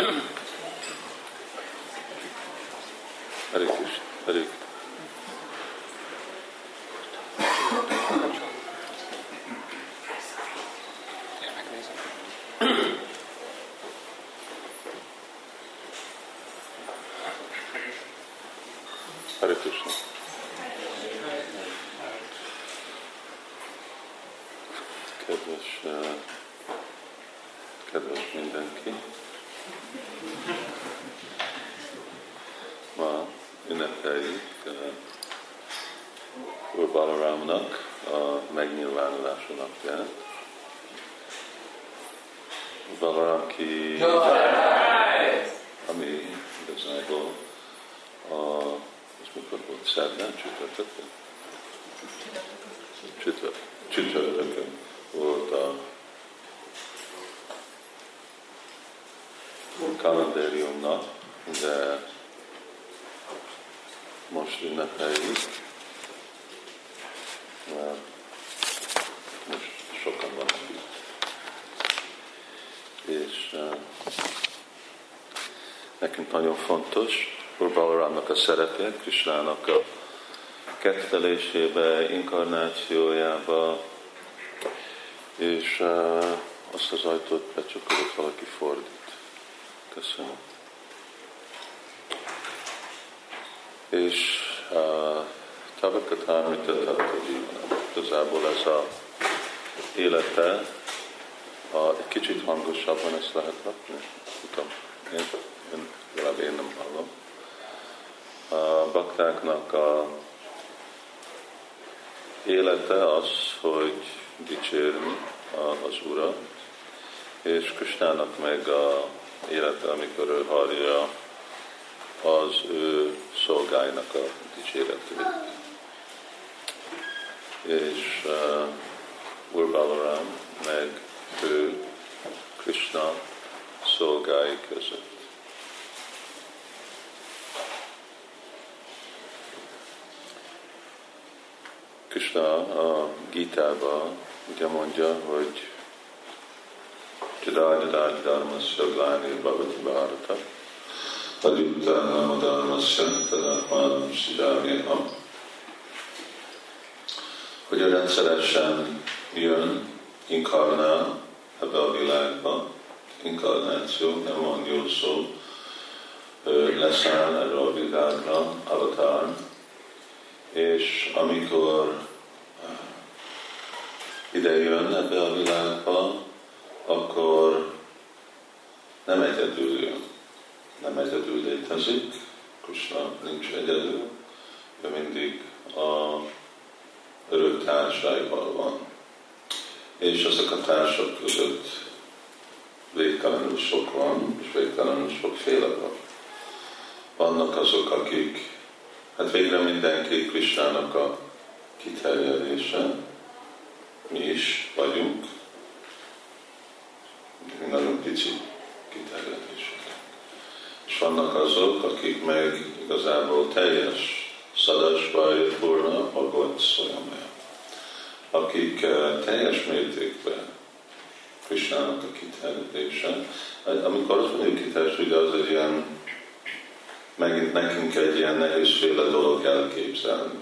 Hare Krishna, Hare Hare Krishna. Kedves mindenki! Ma ünnepeljük Úr Balarámnak a megnyilvánulása napját. Balarám ki, ami igazából ez mikor volt? Szerdán? Csütörtökön volt a kalendériumnak, de most ünnepeljük, mert most sokan vannak itt. És nekünk nagyon fontos Úr Balarámnak a szerepe, Krisnának a kettelésébe, inkarnációjába, és azt az ajtót becsukodott, valaki fordít. Köszönöm. És Tavakathamrita Tattva-jivana. Igazából ez az élete, egy kicsit hangosabban ezt lehet lakni. Tudom, én nem hallom. A baktáknak a élete az, hogy dicsérni az Urat, és Krisnának meg a élete, amikor ő hallja az ő szolgáinak a dicséretét. És Úr Balarám meg ő Krishna szolgái között. Krishna a Gítában ugye mondja, hogy Jadājadāj dharmasya glānir bhavati bharata adyuttanam dharmasya tadatmánam sridhāmyaham. Hogy rendszeresen jön, inkarnál ebbe a világba, inkarnáció, nem angol szó, leszáll erre a világra, avatár, és amikor ide jön ebbe a világba, akkor nem egyedül jön, nem egyedül létezik, Krishna nincs egyedül, ő mindig a örök társaival van. És ezek a társak között végtelenül sok van, és végtelenül sokféle van. Vannak azok, akik, hát végre mindenki Krishnának a kiterjedése, mi is vagyunk, nagyon pici kiterjedések. És vannak azok, akik meg igazából teljes Szadasvaj Purna Bhagavad Swayamaya, akik teljes mértékben Krishnának a kiterjedése. Amikor azt mondjuk kiterjedés, ugye az egy ilyen, megint nekünk egy ilyen nehézféle dolog elképzelni.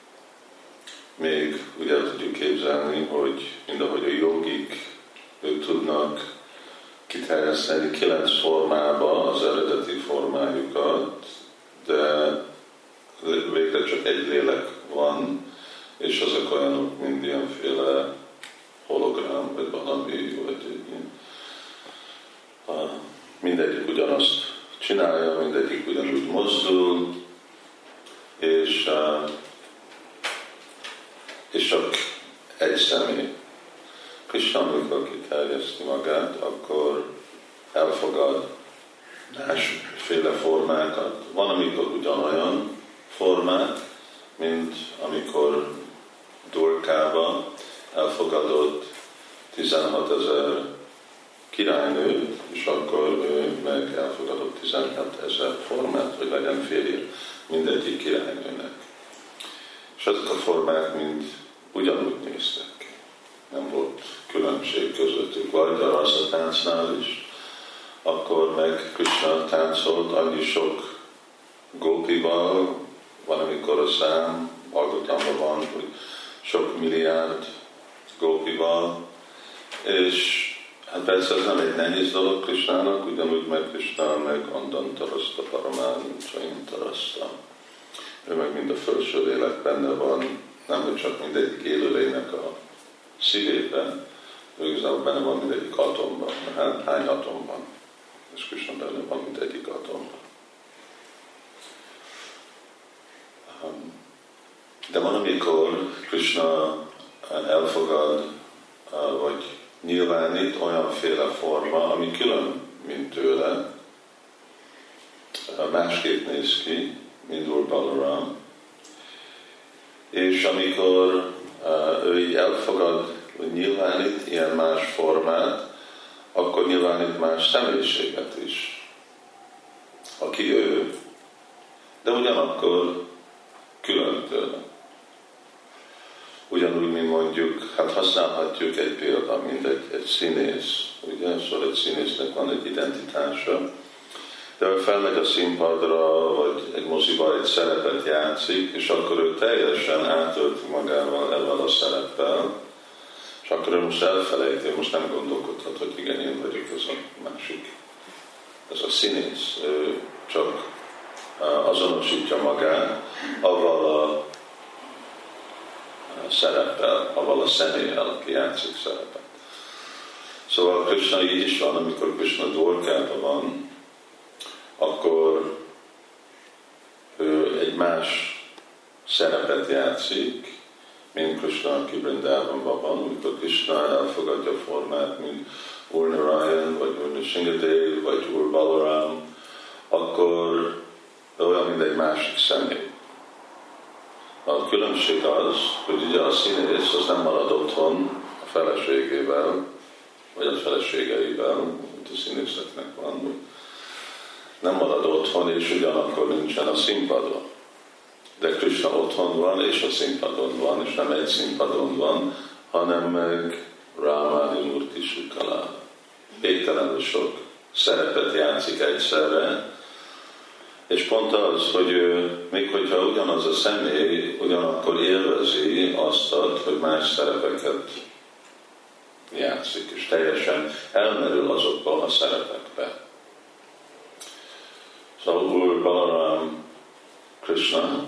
Még ugye el tudjuk képzelni, hogy mindahogy a jogik, ők tudnak kiterjeszteni 9 formába az eredeti formájukat, de végre csak egy lélek van, és azok olyanok, mint ilyenféle hologram, vagy valami, vagy mindegyik ugyanazt csinálja, mindegyik ugyanúgy mozdul, és csak egy személy. Krishna, amikor kiterjeszti magát, akkor elfogad másféle formákat. Van, amikor ugyanolyan formát, mint amikor Durkába elfogadott 16 000 királynő, és akkor ő meg elfogadott 16 000 formát, hogy legyen férje mindegyik királynőnek. És ezek a formák mind ugyanúgy néztek ki. Nem volt különbség közöttük, vagy a rasszatáncnál is, akkor meg Krishna táncolt annyi sok gópival, van amikor a szám, Bhagavatamban van, hogy sok milliárd gópival, és hát persze ez nem egy nehéz dolog Krishnának, ugyanúgy meg Krishna meg Andantaraszta, Paramánintsaintaraszta. Ő meg mind a felső lélek benne van, nem hogy csak mindegyik élőlénynek a szívében, ő igazából benne van mindegyik atomban. Hát hány atomban? És Krishna benne van mindegyik atomban. De van, amikor Krishna elfogad, vagy nyilvánít olyanféle forma, ami külön, mint tőle, másképp néz ki, mint Úr Balaram. És amikor ő így elfogad, vagy nyilvánít ilyen más formát, akkor nyilvánít más személyiséget is, aki ő, de ugyanakkor külön tőle. Ugyanúgy, mint mondjuk, hát használhatjuk egy példa, mint egy színész, ugye? Szóval egy színésznek van egy identitása, de ő felmegy a színpadra, vagy egy moziba egy szerepet játszik, és akkor ő teljesen átölti magával ezzel a szereppel, és akkor ő most elfelejti, most nem gondolkodhat, hogy igen, én vagyok ez a másik. Ez a színész, ő csak azonosítja magát avval a szereppel, avval a személlyel, aki játszik szerepet. Szóval Krishna így is van, amikor Krishna Dwarkában van, akkor ő egy más szerepet játszik, mint Krishna, aki Vrindávonban van, amikor Krishna elfogadja a formát, mint Úr Narayan, vagy Úr Nrsingadev, vagy Úr Balaram, akkor olyan, mint egy másik személy. A különbség az, hogy ugye a színész az nem marad otthon a feleségével, vagy a feleségeivel, mint a színészeknek van, nem marad otthon, és ugyanakkor nincsen a színpadon. De Krishna otthon van, és a színpadon van, és nem egy színpadon van, hanem meg Rámádi Murti Sukalá. Végtelenül sok szerepet játszik egyszerre, és pont az, hogy még hogyha ugyanaz a személy, ugyanakkor élvezi azt, hogy más szerepeket játszik, és teljesen elmerül azokba a szerepekbe. Szóval Úr Balaram Krishna,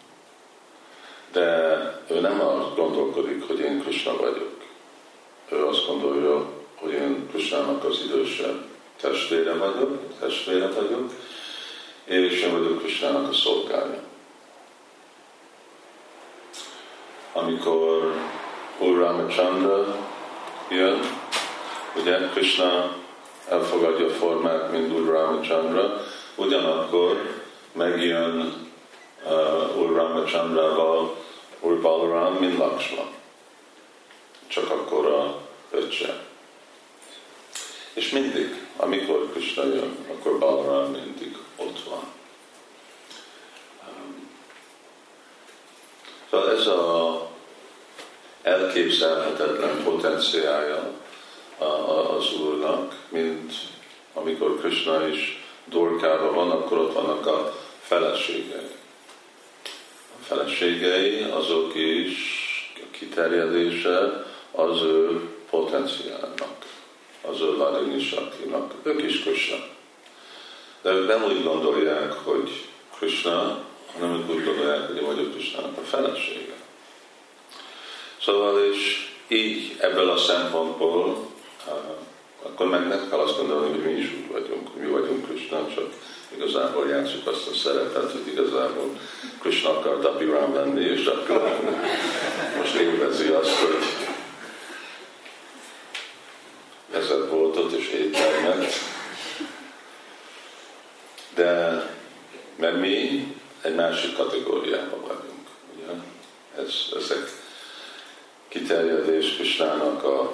de ő nem azt gondolkodik, hogy én Krishna vagyok. Ő azt gondolja, hogy én Krishnának az idősebb testvére vagyok, és én vagyok Krishnának a szolgája. Amikor Úr Ramachandra jön, ugye Krishna elfogadja a formát, mint Úr Ramachandra, ugyanakkor megjön Úr Ramachandraval Úr Balaram, mint Lakshman. Csak akkor a öccse. És mindig, amikor Krishna jön, akkor Balaram mindig ott van. Szóval ez az elképzelhetetlen potenciálja az Úrnak, mint amikor Krishna is Dwarkában van, akkor ott vannak a feleségei. A feleségei azok is a kiterjedése az ő potenciálnak, az ő Ladini Shaktinak. Ők is Krishna. De ők nem úgy gondolják, hogy Krishna, hanem ők úgy gondolják, hogy én vagyok Krishnának a felesége. Szóval és így ebből a szempontból akkor meg nem kell azt gondolni, hogy mi is úgy vagyunk, hogy mi vagyunk Krishna, csak igazából játszuk azt a szerepet, hogy igazából Krishna akar Dapiram lenni, és akkor most élvezi azt, hogy vezet boltot és éttermet. De mert mi egy másik kategóriában vagyunk. Ugye? Ezek kiterjedés Krishnának a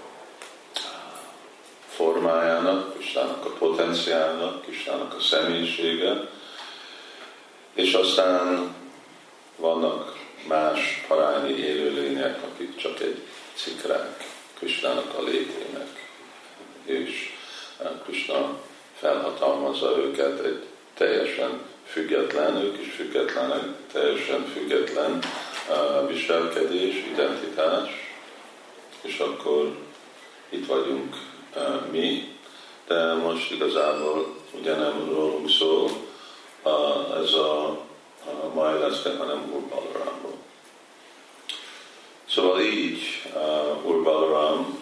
formájának, Krishnának a potenciálnak, Krishnának a személyisége, és aztán vannak más parányi élőlények, akik csak egy cikrák Krishnának a légének. És Krishna felhatalmazza őket egy teljesen független, ők is függetlenek, teljesen független viselkedés, identitás, és akkor itt vagyunk mi, de most igazából ugye nem rólunk szól, ez a mai lesz, hanem Úr Balaramról. Szóval így Úr Balaram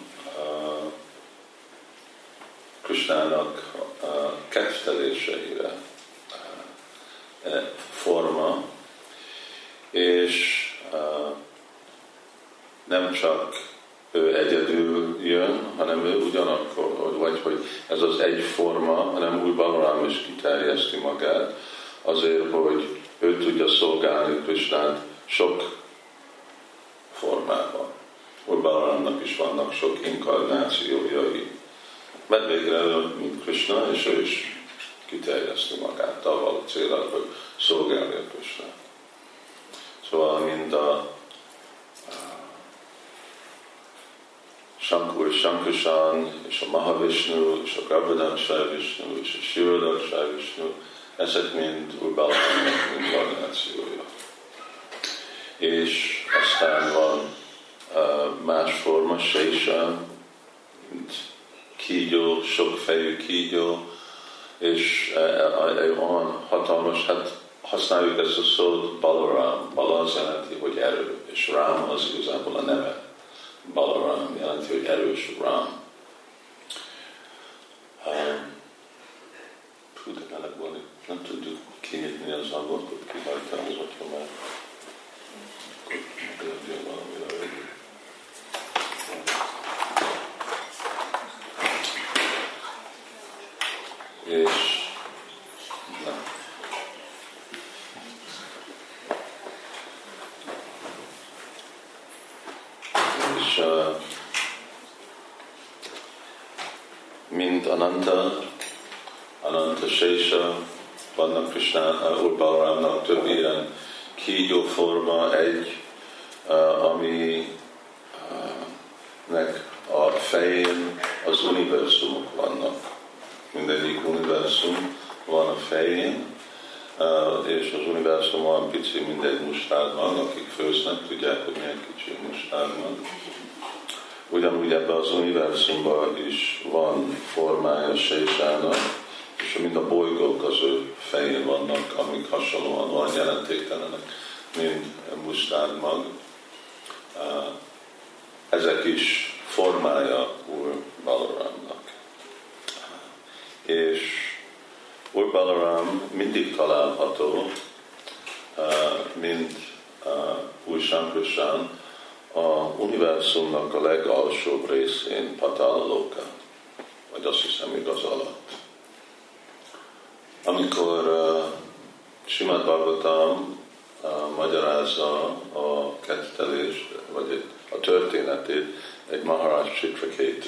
Krishnának kedvteléseire forma, és nem csak ő egyedül jön, hanem ő ugyanakkor, vagy hogy ez az egy forma, hanem Úr Balaram is kiterjeszti magát, azért, hogy ő tudja szolgálni Krishnát sok formában. Úr Balaramnak is vannak sok inkarnációjai. Mert végre mint Krishna, és ő is kiterjeszti magát avval a célral, hogy szolgálja Krishnát. Szóval mind a Sankursan, és a Mahavishnu, és a Garbhodakshay Vishnu, és a Shirodakshay Vishnu, ezek mind Úr Balaramnak inkarnációja. És aztán van más forma, Sesha, mint kígyó, sokfejű kígyó, és olyan hatalmas, hát használjuk ezt a szót Balaram. Bala az jelenti, hogy erő, és Ram az igazából a neve. Balaram jelenti, hogy erős Ram. Hú, de meleg van, nem tudjuk kinyitni az ablakot, kihagyta az, hogyha már jön valamire. És mint Ananta Sesha, vannak Krishna, Úr Balaramnak több ilyen kígyóforma, aminek a fején az univerzumok vannak. Mindegyik univerzum van a fején, és az univerzum olyan pici, mint egy mustárban, akik főznek, tudják, hogy milyen kicsi mustárban. Ugyanúgy ebben az univerzumban is van formája Sesának, és mind a bolygók az ő fején vannak, amik hasonlóan olyan jelentéktelenek, mint mustármag. Ezek is formája Úr Balaramnak. És Úr Balaram mindig található, mint Úr Sankarsan, a univerzumnak a legalsóbb részén, Patala Loka, vagy azt hiszem igaz alatt. Amikor Srimad Bhagavatam magyarázza a kettelést, vagy a történetét egy Maharaj Chitraketu,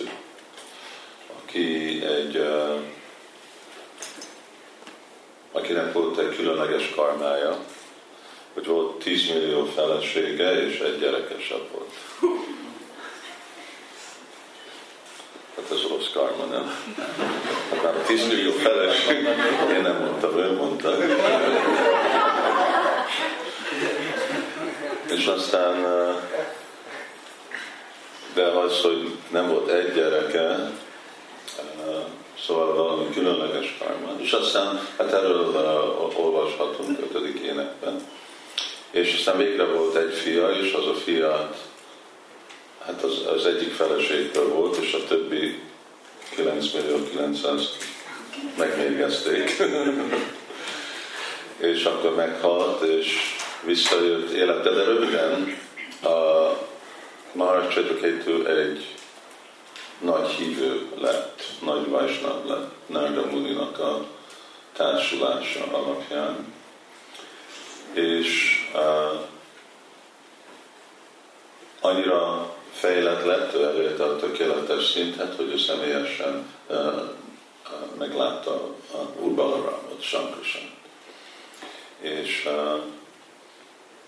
akinek volt egy különleges karmája, hogy volt 10 millió felesége, és egy gyerekesebb volt. Hát ez rossz karma, nem? Hát már 10 millió feleség, én nem mondtam, ő mondta. És aztán, de az, hogy nem volt egy gyereke, szóval valami különleges karma. És aztán, hát erről olvashatunk 5. énekben. És aztán végre volt egy fia, és az a fiát, hát az egyik feleségből volt, és a többi 9.900.000 megmérgezték. És akkor meghalt, és visszajött életbe, de röviden a Maharaj Chitraketu egy nagy hívő lett, nagy Vaisnav lett, Narada Muninak a társulása alapján. És annyira fejlett lett, ő elérte a tökéletes szintet, hogy ő személyesen meglátta Úr Balaramot, Sankarsan. És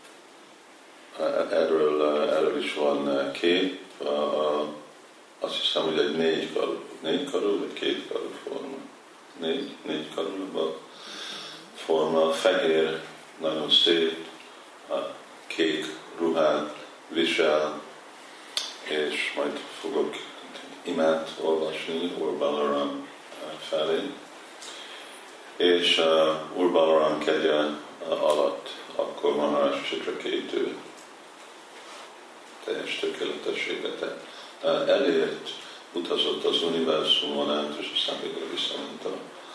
erről is van kép, azt hiszem hiszem, hogy egy négy karú, vagy két karú forma. Négy karú forma, fehér, nagyon szép, kék ruhát visel, és majd fogok imát olvasni Úr Balaram felé. És Úr Balaram kegye alatt akkor Maharaj Chitraketu teljes tökéletességet elért, utazott az univerzumon át, és aztán végül visszament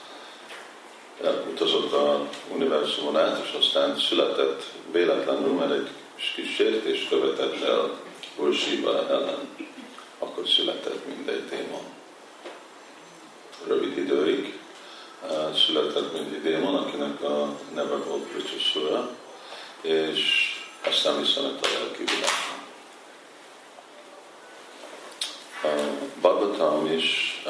utazott az univerzumon át, és aztán született véletlenül, mert egy kis sértést követett el Úr Shiva ellen. Akkor született mindegy démon. Rövid időig született mindegy démon, akinek a neve volt Vritrasura, és aztán visszament a lelki világban. Bhagavatam is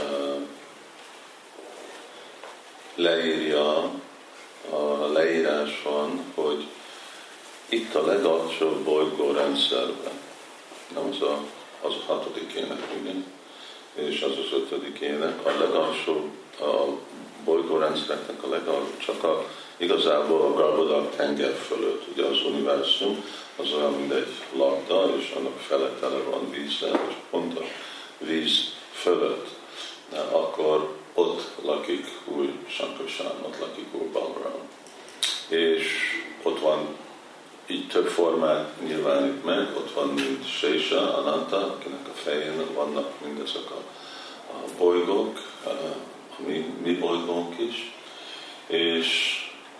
leírja, a leírás van, hogy itt a legalsóbb bolygórendszerben, nem az a hatodik ének, igen, és az ötödik ének, a legalsóbb, a bolygórendszereknek a legalsóbb, csak igazából a Garbhodak tenger fölött, ugye az univerzum, az olyan, mint egy labda, és annak fele van vízzel, és pont a víz fölött, akkor ott lakik Úr Sankarsán, ott lakik Úr Balaram. És ott van, így több formát nyilvánít meg, ott van, mint Sesa, Ananta, akinek a fején vannak mindezek a bolygók, a mi bolygónk is, és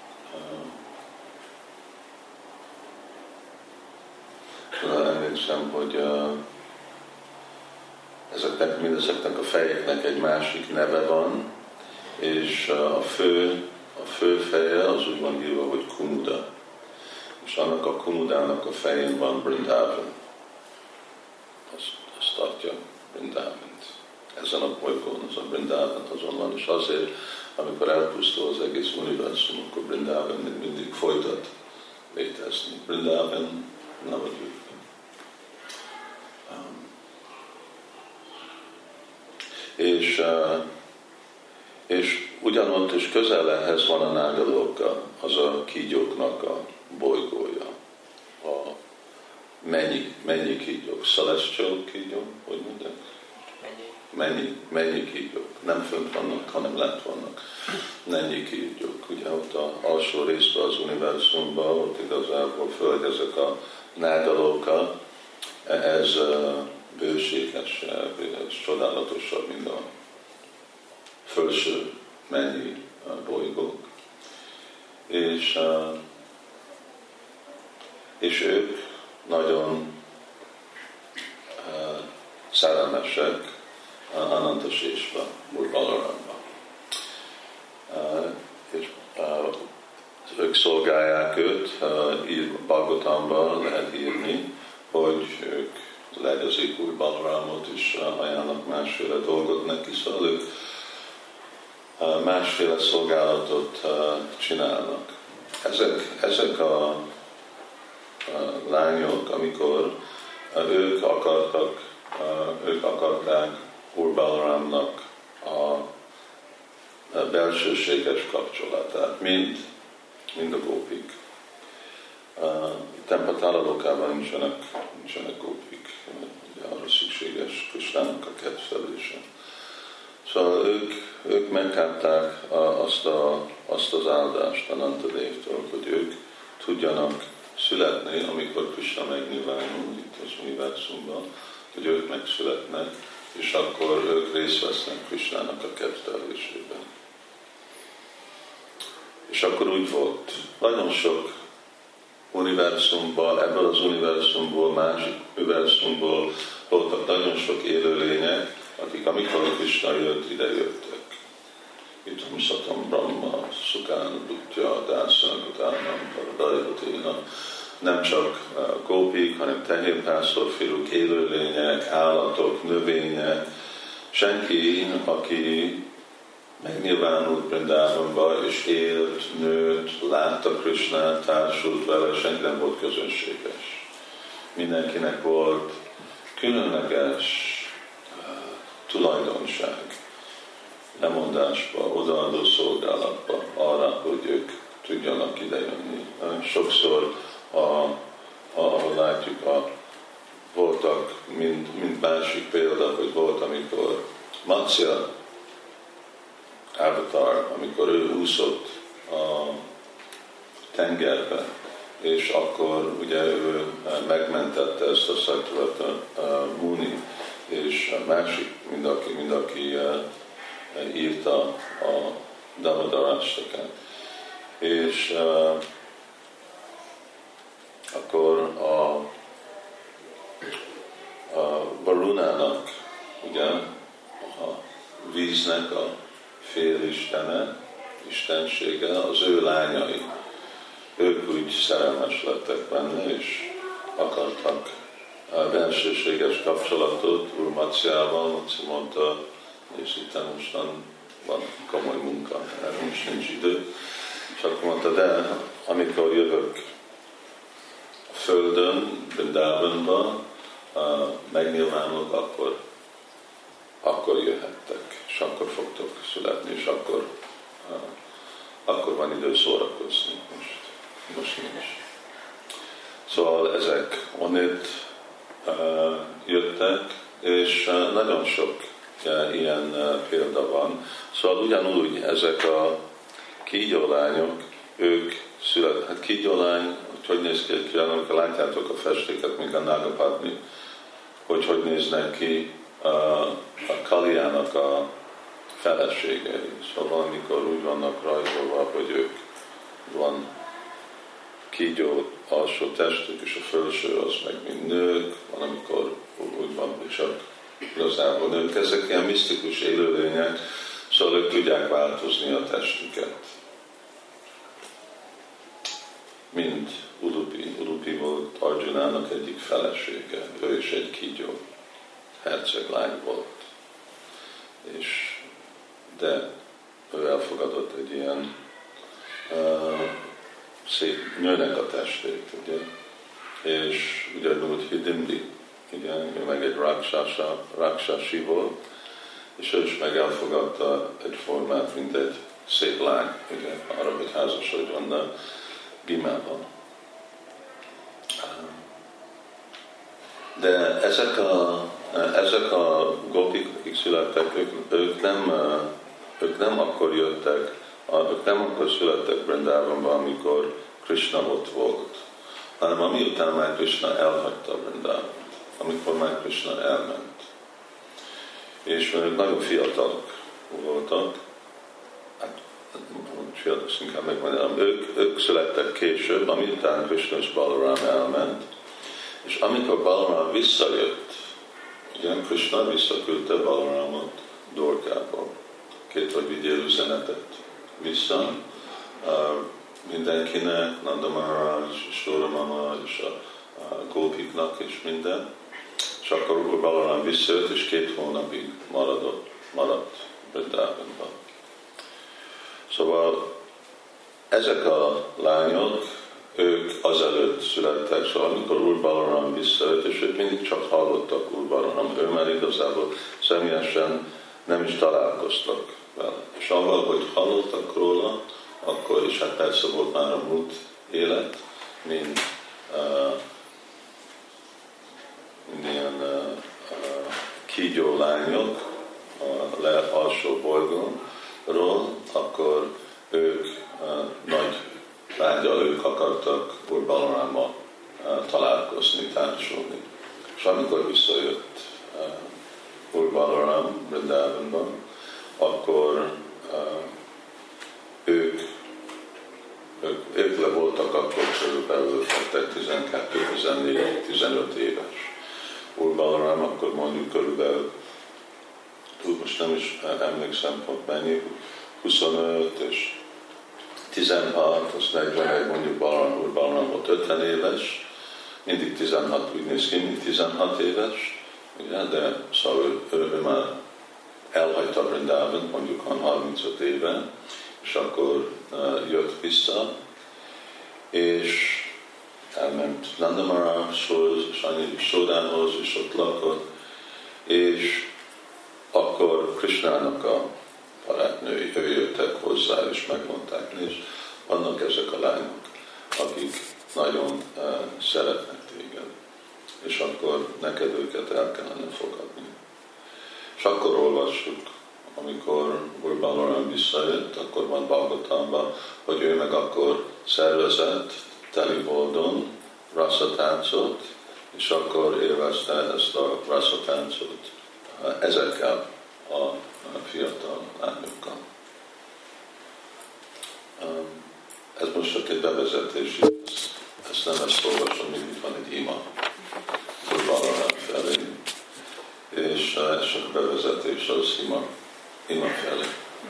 emlékszem, hogy mindezeknek a fejeknek egy másik neve van, és a fő feje az úgy van hívva, hogy Kumuda. És annak a Kumudának a fején van Vrindavan. Azt tartja Vrindavant. Ezen a bolygón az a Vrindavan azon van, és azért, amikor elpusztul az egész univerzum, akkor Vrindavan még mindig folytat létezni. Vrindavan, Navadvip. És ugyanott is közel ehhez van a Nágalóka, az a kígyóknak a bolygója. Mennyi kígyók? Celestial kígyók? Hogy mondják? Mennyi kígyók? Nem fönt vannak, hanem lent vannak. Mennyi kígyók? Ugye ott az alsó részben az univerzumban, ott igazából föld ezek a Nágalóka, ez bőségesebb, ez csodálatosabb, mint a felső mennyi bolygók. És ők nagyon szerelmesek Ananta Sésva, Úr Balaramba. És ők szolgálják őt, Bhagavatamban lehet írni, hogy ők legezik Úr Balaramot, és ajánlnak másféle dolgot neki, szóval ők másféle szolgálatot csinálnak. Ezek a lányok, amikor ők akarták Úr Balaramnak a belsőséges kapcsolatát, mind a gópik. Tempatállalókában nincsenek gópik, ugye arra szükséges Krisnának a kedvelése. Szóval ők megkapták azt az áldást Anantadévtől, hogy ők tudjanak születni, amikor Krishna megnyilvánul itt az univerzumban, hogy ők megszületnek, és akkor ők részt vesznek Krishnának a kedvelésében. És akkor úgy volt, nagyon sok univerzumban, ebből az univerzumból, másik univerzumból voltak nagyon sok élőlények, akik amikor Krishna jött, ide jöttek. Itt Satam Brahma, Sukán, Dutya, Dászanagatána, Paradajvaténa, nem csak gópik, hanem tehérpásztorfiluk, élőlények, állatok, növények, senki, aki megnyilvánult Vrindávonba, és élt, nőtt, látta Krishnát, társult vele, senki nem volt közönséges. Mindenkinek volt különleges tulajdonság, lemondásba, odaadó szolgálatba arra, hogy ők tudjanak idejönni. Sokszor, ahol látjuk, voltak, mint másik példa, hogy volt, amikor Matsya Avatar, amikor ő úszott a tengerbe, és akkor ugye ő megmentette ezt a Satyavata Muni, és másik, mind aki írta a Damodarashtakát. És akkor a Varunának, ugye, a víznek a félistene, istensége, az ő lányai, ők úgy szerelmes lettek benne, és akartak bensőséges kapcsolatot Úr Matsyával. Matsya mondta, és itt mostan van komoly munka, erre most nincs idő. És akkor mondta, de amikor jövök a földön, Vrindavanba, megnyilvánulok, akkor jöhettek, és akkor fogtok születni, és akkor van idő szórakozni. Most nincs. Szóval ezek onnét jöttek, és nagyon sok ilyen példa van. Szóval ugyanúgy ezek a kígyólányok, ők születtek. Hát kígyólány, hogy néz ki, amikor látjátok a festéket, mint a Nagapatni, hogy néznek ki a Kaliának a feleségei. Szóval amikor úgy vannak rajzolva, hogy ők van kígyó alsó testük, és a felső az meg mind nők, van amikor úgy van, hogy csak igazából nők. Ezek ilyen misztikus élőlények, szóval ők tudják változni a testüket. Mint Udupi. Udupi volt Arjunának egyik felesége, ő is egy kígyó, herceglány volt. De ő elfogadott egy ilyen szép nőnek a testét, ugye? És ugyanúgy Hidimbi, ugye? Ő meg egy ráksasi volt, és ő is meg elfogadta egy formát, mint egy szép lány, ugye? Arra, hogy házasodjon Bhimával. De ezek a gopik, akik születtek, ők nem akkor jöttek, ők nem akkor születtek Vrindavanban, amikor Krishna ott volt, hanem amiután már Krishna elhagyta Vrindavant, amikor már Krishna elment. És ők nagyon fiatalok voltak, fiatalok inkább megmondom, ők születtek később, amiután Krishna és Balaram elment, és amikor Balaram visszajött, ugye Krishna visszaküldte Balaramot Dwarkába, hogy vigyél üzenetet vissza mindenkinek, Nanda Maharaj, Yashoda Mama, és a gópiknak és minden. És akkor Úr Balaram visszajött, és 2 hónapig maradt Vrindavanban. Szóval ezek a lányok, ők azelőtt születtek, szóval amikor Úr Balaram visszajött, és ők mindig csak hallottak Úr Balaram, ő már igazából személyesen nem is találkoztak vele. És avval, hogy hallottak róla, akkor is, hát persze volt már a múlt élet, mint ilyen kígyó lányok a alsó bolygónról, akkor ők nagy vágyal, ők akartak Úr Balarammal találkozni, társulni. És amikor visszajött Úr Balaram Vrindavanban, akkor ők le voltak akkor körülbelül 12, 14, 15 éves. Úr Balaram akkor mondjuk körülbelül, most nem is emlékszem pont mennyi, 25 és 16, az 41, mondjuk Úr Balaram volt 50 éves, mindig 16 úgy néz ki, mint 16 éves, ugye? De szóval ő már elhagyta Vrindavant, mondjuk 35 éve, és akkor jött vissza, és elment Nanda Maharajhoz, és Anyi Sódához, és ott lakott, és akkor Krishnának a barátnői, ő jöttek hozzá, és megmondták, és vannak ezek a lányok, akik nagyon szeretnek téged, és akkor neked őket el kellene fogadni. És akkor olvassuk, amikor Úr Balaram visszajött, akkor van Bhagavatamban, hogy ő meg akkor szervezett Teliboldon rasszatáncot, és akkor élvezte ezt a rasszatáncot ezekkel a fiatal lányokkal. Ez most csak egy bevezetés, ezt nem ezt olvasom, még itt van egy ima, Úr Balaram felé, és ez csak bevezetés az ima felé.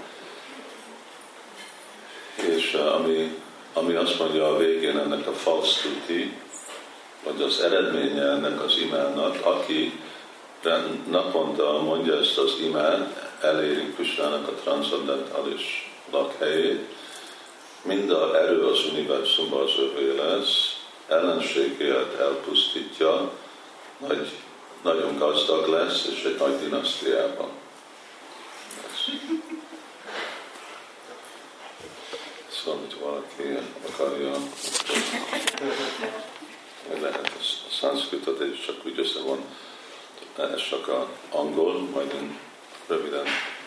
És ami azt mondja a végén ennek a falsztuti, vagy az eredménye ennek az imának, aki naponta mondja ezt az imát, eléri Krisnának a transzendentális lakhelyét, mind az erő az univerzumban az övé lesz, ellenségét elpusztítja, nagyon gazdag lesz, és egy nagy dinasztiában. Szóval, hogy valaki akarja, lehet a szanszkritot, és csak úgy össze van, ez csak az angol, majd én röviden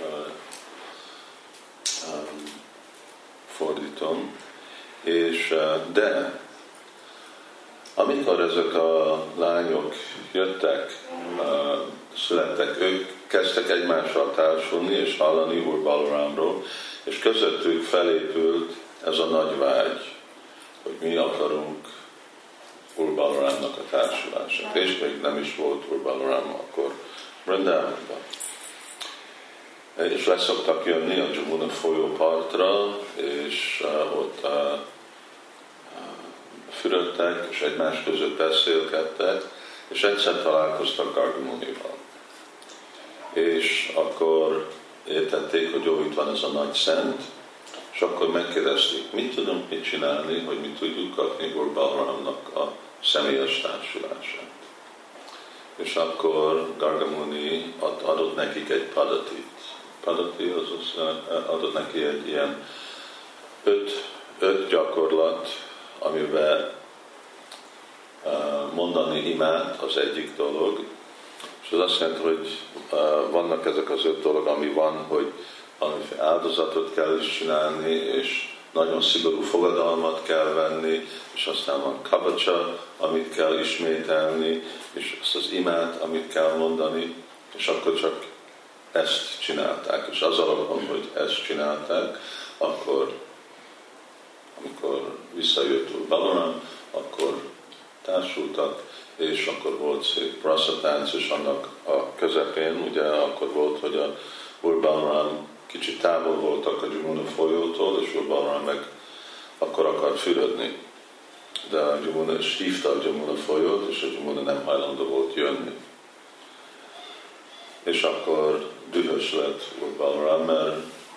fordítom. És, de amikor ezek a lányok jöttek, születtek, ők kezdtek egymással társulni és hallani Úr Balaramról, és közöttük felépült ez a nagy vágy, hogy mi akarunk Úr Balaramnak a társulását. És még nem is volt Úr Balaram akkor Vrindavanban. És leszoktak jönni a Jamuna folyópartra, és ott fürödtek, és egymás között beszélgettek, és egyszer találkoztak Garga Munival. És akkor értették, hogy jó, itt van ez a nagy szent, és akkor megkérdezték, mit tudunk mit csinálni, hogy mi tudjuk kapni Úr Balaramnak a személyes társulását. És akkor Garga Muni adott nekik egy padatit. Padati az adott neki egy ilyen 5 gyakorlat, amivel mondani imát az egyik dolog, és az azt jelenti, hogy vannak ezek az 5 dolog, ami van, hogy áldozatot kell is csinálni, és nagyon szigorú fogadalmat kell venni, és aztán van kavacsa, amit kell ismételni, és azt az imát, amit kell mondani, és akkor csak ezt csinálták, és az alapon, hogy ezt csinálták, akkor amikor visszajött Úr Balaram, akkor társultak, és akkor volt szép rasszatánc, és annak a közepén, ugye akkor volt, hogy a Úr Balaram kicsit távol voltak a Jamuna folyótól, és Úr Balaram meg akkor akart fürödni. De a Jamuna is hívta a Jamuna folyót, és a Jamuna nem hajlandó volt jönni. És akkor dühös lett Úr Balaram, mert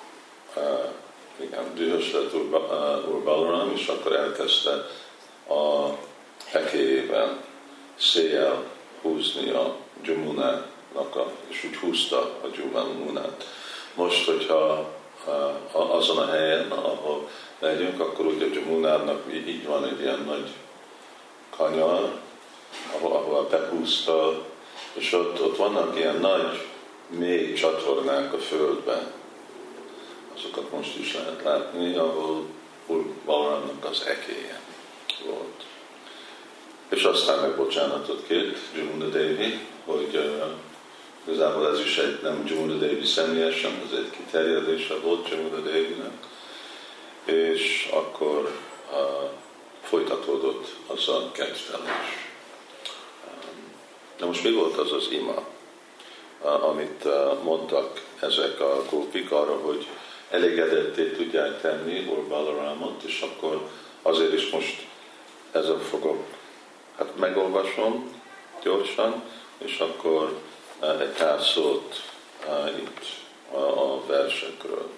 dühös lett Úr Balaram, és akkor elkezdte a hekéjében széjjel húzni a Jamunának, és úgy húzta a Jamunát. Most, hogyha azon a helyen, ahol legyünk, akkor ugye a Jamunának így van egy ilyen nagy kanyar, ahol behúzta, és ott vannak ilyen nagy, mély csatornák a földben. Azokat most is lehet látni, ahol Úr Balaramnak az ekéje volt. És aztán meg bocsánatot kért Jamuna Devi, hogy igazából ez is egy nem Jamuna Devi személyesen, ez egy kiterjedése volt Jamuna Devinek, és akkor folytatódott az a kedvelés. Na most mi volt az az ima, amit mondtak ezek a gópik arra, hogy elégedetté tudják tenni Úr Balaramot, és akkor azért is most ezzel fogok, megolvasom gyorsan, és akkor egy pár szót itt a versekről.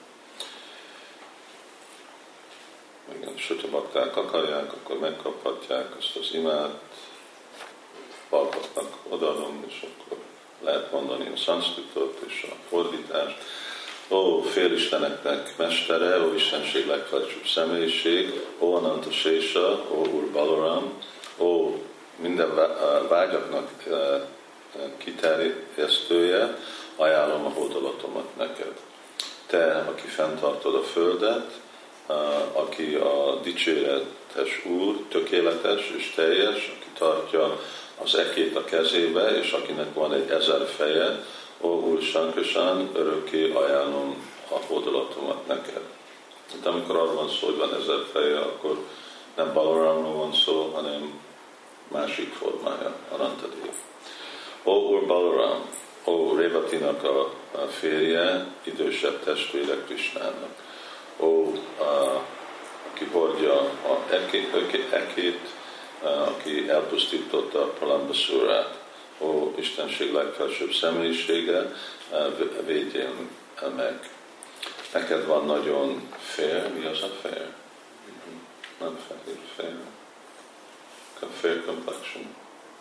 Igen, sőt, a bakták akarják, akkor megkaphatják ezt az imát, Balkatnak odaadom, és akkor lehet mondani a szanszkritot és a fordítást. Ó, félisteneknek mestere, ó, istenség legfelsőbb személyiség, ó, Ananta Sésa, ó, Úr Balaram, ó, minden vágyaknak kiterjesztője, ajánlom a hódolatomat neked. Te, aki fenntartod a földet, aki a dicséretes Úr, tökéletes és teljes, aki tartja az ekét a kezébe, és akinek van egy 1000 feje, ó Úr Sankasan, örökké ajánlom a hódolatomat neked. De amikor arról van szó, hogy van 1000 feje, akkor nem Balaramról van szó, hanem másik formája, Anantadev. Ó Úr Balaram, ó Revatinak a férje, idősebb testvére Krishnának. Ó, aki hordja a ekét, aki elpusztította a Pralambasúrát. Ó, Istenség legfelsőbb személyisége, védjél meg. Neked van nagyon fair, mi az a fair? Nem fair. Fair complexion.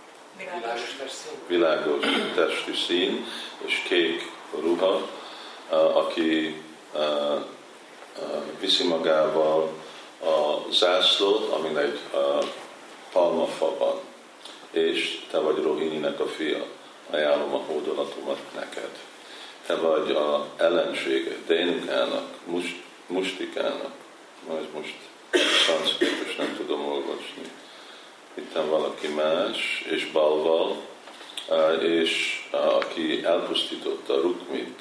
Világos testű szín, és kék ruha, aki viszi magával a zászlót, amin egy palmafa van, és te vagy Rohininek a fia, ajánlom a hódolatomat neked. Te vagy a ellensége, Dénukának, Mustikának, ez most szanszkrit, és nem tudom olvasni. Itten valaki más, és Balval, és aki elpusztította Rukmit,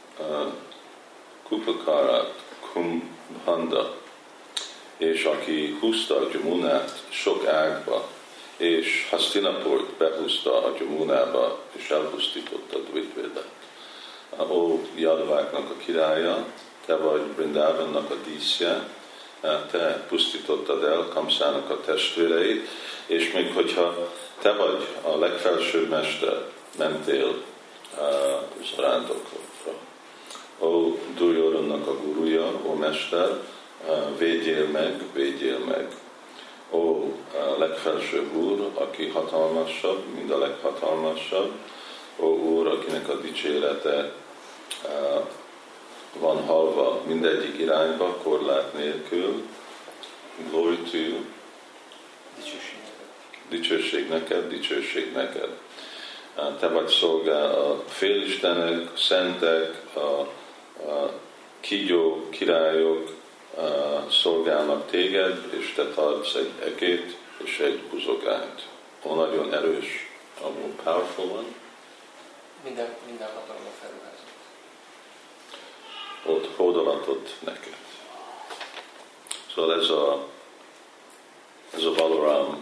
Kupakarát, Kumbhanda, és aki húzta a Jamunát sok ágba, és Hastinapurt behúzta a Jamunába, és elpusztította Dvitvedet. Ó, Jadaváknak a királya, te vagy Brindavannak a díszje, te pusztítottad el Kamszának a testvéreit, és még hogyha te vagy a legfelsőbb mester, mentél zarándokokra. Ó, Duryodhannak a gurúja, ó mester, védjél meg. Ó, legfelsőbb Úr, aki hatalmasabb, mind a leghatalmasabb. Ó Úr, akinek a dicsérete van halva mindegyik irányba, korlát nélkül. Glory to you. Dicsőség neked. Te vagy szolgál a félistenek, a szentek, a kígyók, királyok szolgálnak téged, és te tartsz egy ekét és egy buzogányt. Nagyon erős, amúgy powerful van. Minden hatalommal felruházott. Ott hódolatot neked. Szóval ez a Balaram,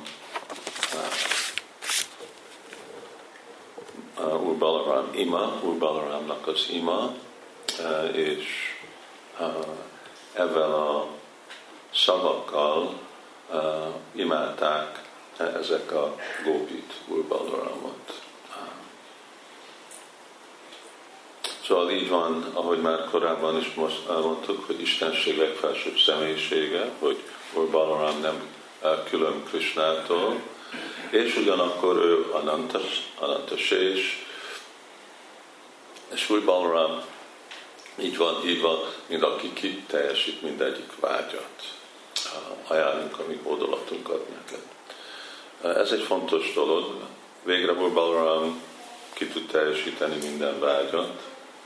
Úr Balaram ima, Úr Balaramnak az ima, és ezzel a szavakkal imádták ezek a gópit, Úr Balaramot. Szóval így van, ahogy már korábban is most elmondtuk, hogy Istenség legfelsőbb személyisége, hogy Úr Balaram nem külön Krishnától, és ugyanakkor ő Ananta Sés, és Úr Balaram így van írva, mint aki kiteljesít mindegyik vágyat. Ajánlunk a mi hódolatunkat neked. Ez egy fontos dolog. Végre Úr Balaram ki tud teljesíteni minden vágyat.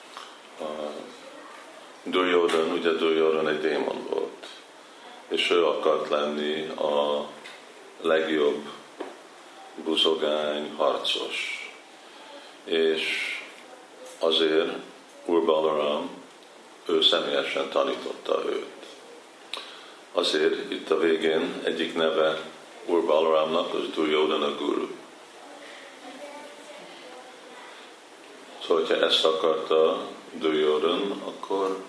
Duryodhan egy démon volt, és ő akart lenni a legjobb buzogány, harcos. És azért Úr Balaram, ő személyesen tanította őt. Azért itt a végén egyik neve Úr Balaramnak az Duryodhana Guru. Szóval, hogyha ezt akarta Duryodhan, akkor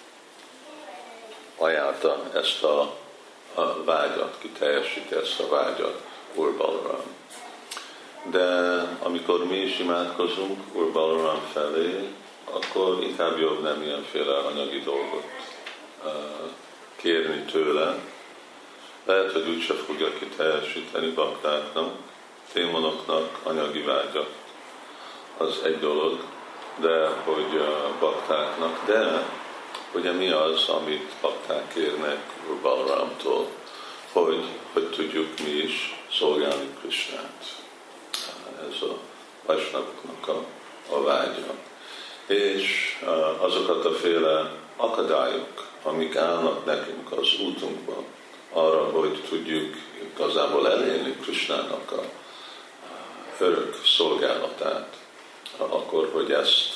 ajánlta ezt a vágyat, ki teljesíti ezt a vágyat Úr Balaram. De amikor mi is imádkozunk Úr Balaram felé, akkor inkább jobb nem ilyenféle anyagi dolgot kérni tőle. Lehet, hogy úgyse fogja kiteljesíteni baktáknak, démonoknak anyagi vágyat az egy dolog, de hogy baktáknak, de ugye mi az, amit bakták kérnek Balaramtól, hogy tudjuk mi is szolgálni Krisnát. Ez a Vaisnavoknak a vágya. És azokat a féle akadályok, amik állnak nekünk az útunkban, arra, hogy tudjuk igazából elérni Krisnának a örök szolgálatát, akkor, hogy ezt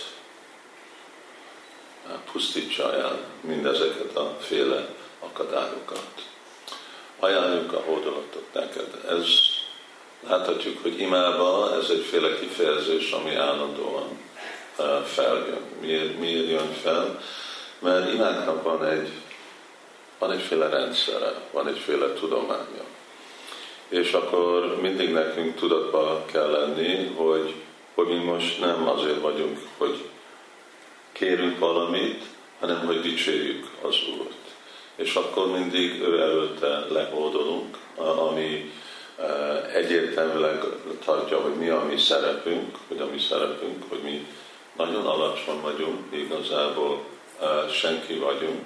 pusztítsa el mindezeket a féle akadályokat. Ajánljuk a hódolatot neked. Ez láthatjuk, hogy imában ez egyféle kifejezés, ami állandóan feljön. Miért jön fel? Mert imáknak van egyféle rendszere, van egyféle tudománya. És akkor mindig nekünk tudatba kell lenni, hogy mi most nem azért vagyunk, hogy kérünk valamit, hanem hogy dicsérjük az Úrt. És akkor mindig ő előtte lehódolunk, ami egyértelműleg tartja, hogy mi a mi szerepünk, hogy mi nagyon alacsony vagyunk, igazából senki vagyunk.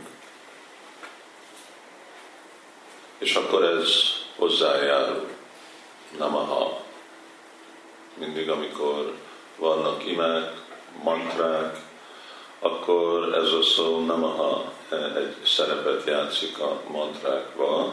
És akkor ez hozzájárul. Namaha. Mindig, amikor vannak imák, mantrák, akkor ez a szó namaha egy szerepet játszik a mantrákban,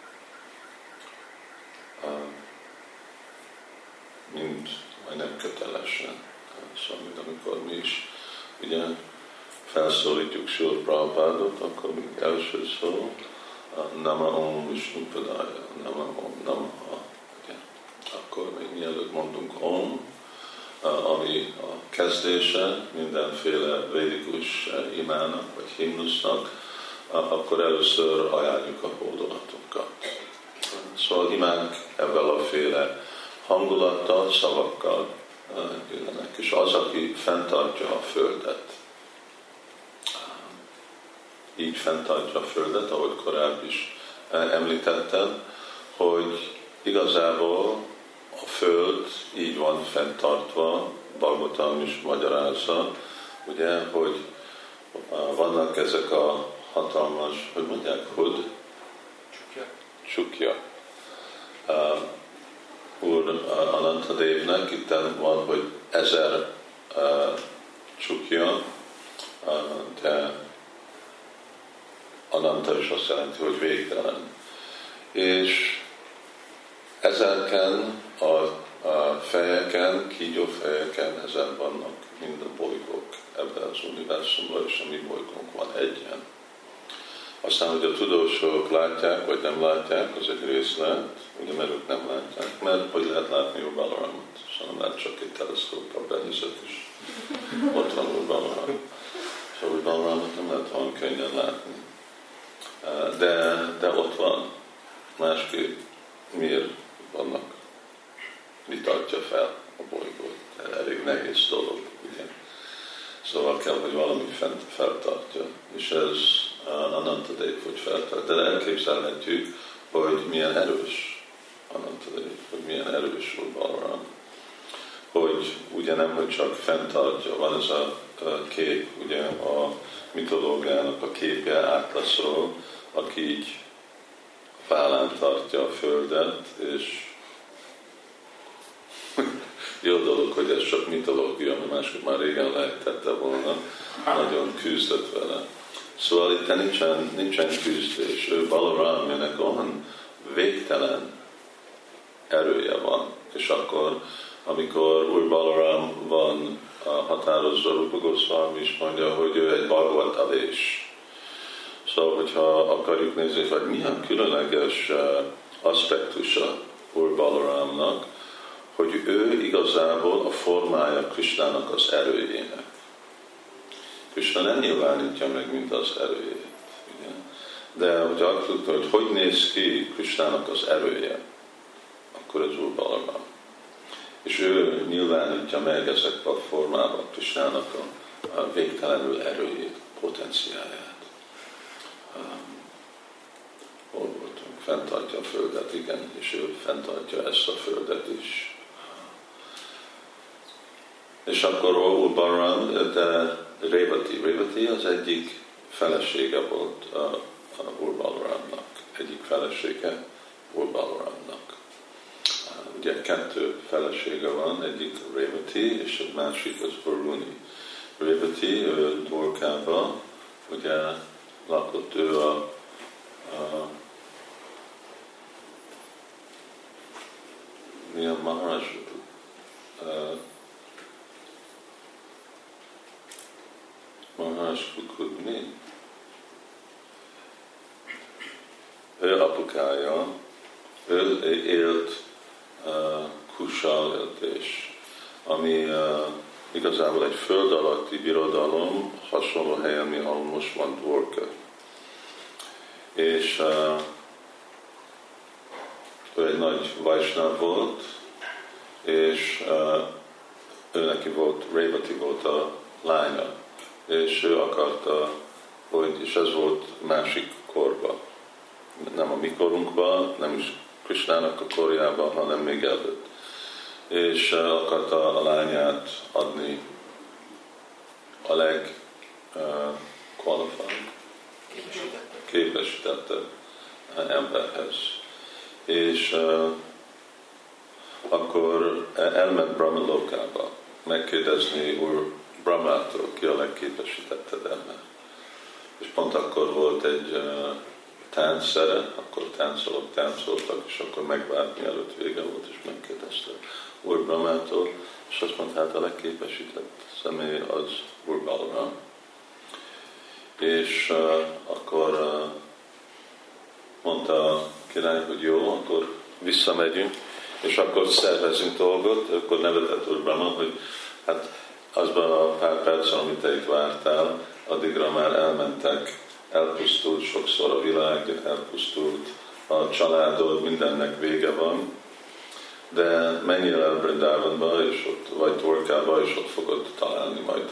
mint majdnem kötelesen. Szóval, amikor mi is ugye felszólítjuk Srila Prabhupádot, akkor még első szó Nama Om Vishnupadaya, Nama Om Namaha. Akkor még mielőtt mondunk Om, ami a kezdése mindenféle védikus imának vagy himnusznak, akkor először ajánljuk a hódolatokat. Szóval imánk ebben a féle hangulattal, szavakkal jönnek, és az, aki fenntartja a Földet. Így fenntartja a Földet, ahogy korábban is említettem, hogy igazából a Föld így van fenntartva, Bhagavatam is magyarázza, ugye, hogy vannak ezek a hatalmas, hogy mondják, hud? Csukja. Úr Anantadevnek itt van, hogy 1000 csukja, de Ananta is azt jelenti, hogy végtelen. És ezeken a fejeken, kígyófejeken, ezen vannak mind a bolygók ebben az univerzumban, és a mi bolygónk van egyen. Aztán, hogy a tudósok látják, vagy nem látják, az egy részlet, ugye, mert ők nem látják, mert hogy lehet látni a Balaramot, szóval nem lehet csak egy teleszkóppal benézett is. Ott van a Balaram. Szóval, hogy Balaramot nem lehet olyan könnyen látni. De ott van. Másképp miért vannak? Mi tartja fel a bolygót? Elég nehéz dolog, ugye? Szóval kell, hogy valami fent feltartja. És ez Anantadev, hogy feltart. De elképzelhetjük, hogy milyen erős Anantadev, hogy milyen erős volt Balaram. Hogy ugye nem, hogy csak fenntartja, van ez a kép, ugye a mitológiának a képje Atlaszról, aki így vállán tartja a Földet, és jó dolog, hogy ez csak mitológia, mert másképp már régen lehetette volna, nagyon küzdött vele. Szóval itt nincsen küzdés. Ő Balaram, ennek olyan végtelen erője van. És akkor, amikor Úr Balaram van határozva, Rupa Goswami is mondja, hogy ő egy Bhagavatavés. Szóval, hogyha akarjuk nézni, hogy milyen különleges aspektusa Úr Balaramnak, hogy ő igazából a formája Krisnának az erőjének. Krishna nem nyilvánítja meg, mint az erőjét. Ugye? De hogyha akarjuk, hogy néz ki Krishnának az erője, akkor ez Úr Balaram. És ő nyilvánítja meg ezekben a formában Krishnának a végtelenül erőjét, potenciáját. Hol voltunk? Fenntartja a Földet, igen, és ő fenntartja ezt a Földet is. És akkor Úr Balaram, de Revati az egyik felesége volt Úr Balaramnak. Egyik felesége Úr Balaramnak. Ugye 2 felesége van, egyik Revati, és a másik az Varuni. Revati, ő Dwarkába, ugye lakott ő a mi a Maharaj? Maharaj Kukudni. Ő apukája, ő élt Kusal éltés, ami igazából egy föld alatti birodalom, hasonló helyen, mi ahol most van Dwarka. És ő egy nagy Vaisnav volt, és ő neki volt, Revati volt a lánya, és ő akarta, hogy, és ez volt másik korban, nem a mi korunkban, nem is Krishnának a korjában, hanem még előtt. És akarta a lányát adni a képesítettebb emberhez. És akkor elment Brahma Lokába megkérdezni Úr Brahmától, ki a legképesítettebb ember. És pont akkor volt egy táncszere, akkor táncoltak, és akkor megvárt, mielőtt vége volt, és megkérdezte Úr Brahmától, és azt mondta, hát a legképesített személy az Úr Balaram. És akkor mondta a király, hogy jó, akkor visszamegyünk, és akkor szervezünk dolgot, akkor nevetett Úr Brahma, hogy hát azban a pár percben, amit te itt vártál, addigra már elmentek, elpusztult sokszor a világ, elpusztult a családod, mindennek vége van, de menjél el Vrindavanba, és ott, vagy Dwarkába, és ott fogod találni majd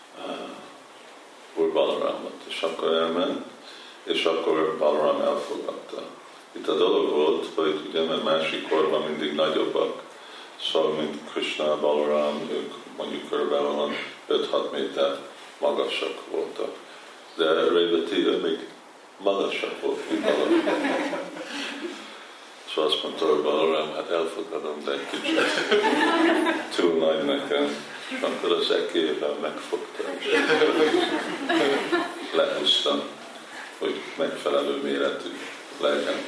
Úr Balaramot. És akkor elment, és akkor Balaram elfogadta. Itt a dolog volt, hogy ugye, mert másik korban mindig nagyobbak, szóval mint Krishna, Balaram, ők mondjuk körülbelül 5-6 méter magasak voltak. De Revati még magasabb volt, mint Balaram. Szóval azt mondta, hogy Balaram, hát elfogadom, de egy kicsit túl nagy nekem. És akkor az ekével megfogta, és lehúztam, hogy megfelelő méretű legyen.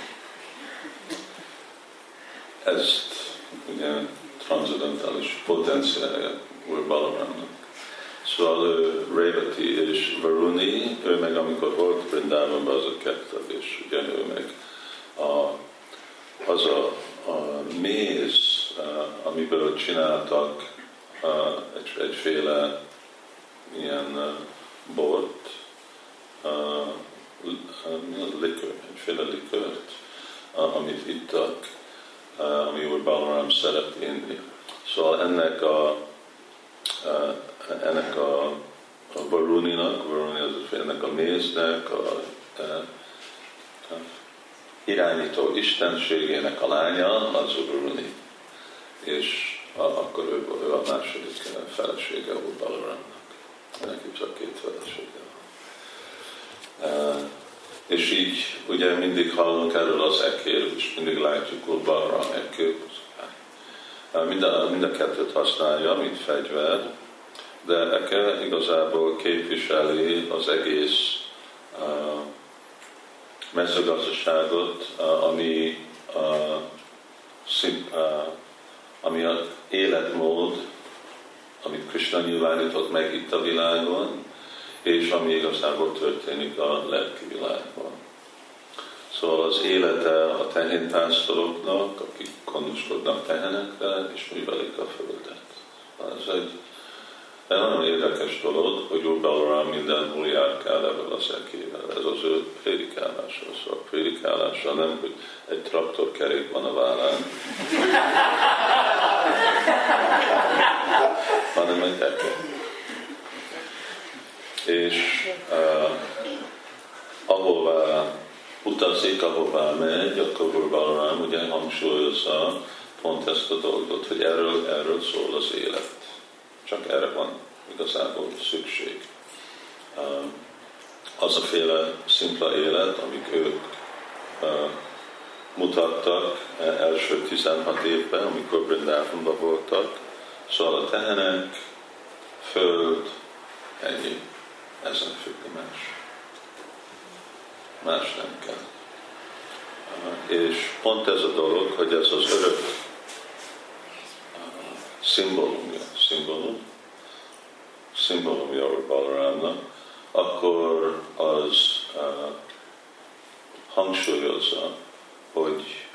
Ezt ugye transzendentális potenciálja Úr Balaramnak. Szóval Revati és Varuni, ő meg amikor volt Vrindavanban, az a kettő, és ugye ő meg az a méz, amiből csináltak egyféle ilyen bort, egyféle likört, amit ittak, ami Úr Balaram szeret inni. Szóval ennek a Varuninak, ennek a méznek, a irányító istenségének a lánya, az Varuni. És akkor ő a második felesége Úr Balaramnak. Neki csak 2 felesége van. És így ugye mindig hallunk erről az ekéről, és mindig látjuk Úr Balaram ekét. Mind a kettőt használja, mint fegyver, de eke igazából képviseli az egész mezőgazdaságot, ami az életmód, amit Krishna nyilvánított meg itt a világon, és ami igazából történik a lelki világban. Szóval az élete a tehénpásztoroknak, akik gondoskodnak tehenekre, és művelik a földet. Ez egy nagyon érdekes dolog, hogy Úr Balaram mindenhol járkál ebből az ekével. Ez az ő prédikálása. Szóval a prédikálása nem, hogy egy traktorkerék van a vállán, hanem egy eke. És ahová utazik, ahová megy, akkor Úr Balaram ugye hangsúlyozza pont ezt a dolgot, hogy erről szól az élet. Csak erre van igazából szükség. Az a féle szimpla élet, amik ők mutattak első 16 évben, amikor Brindávonban voltak, szóval a tehenek, föld, ennyi, ezen függ a más nem kell. És pont ez a dolog, hogy ez az örök szimbólumja Balarámnak, akkor az hangsúlyozza, hogy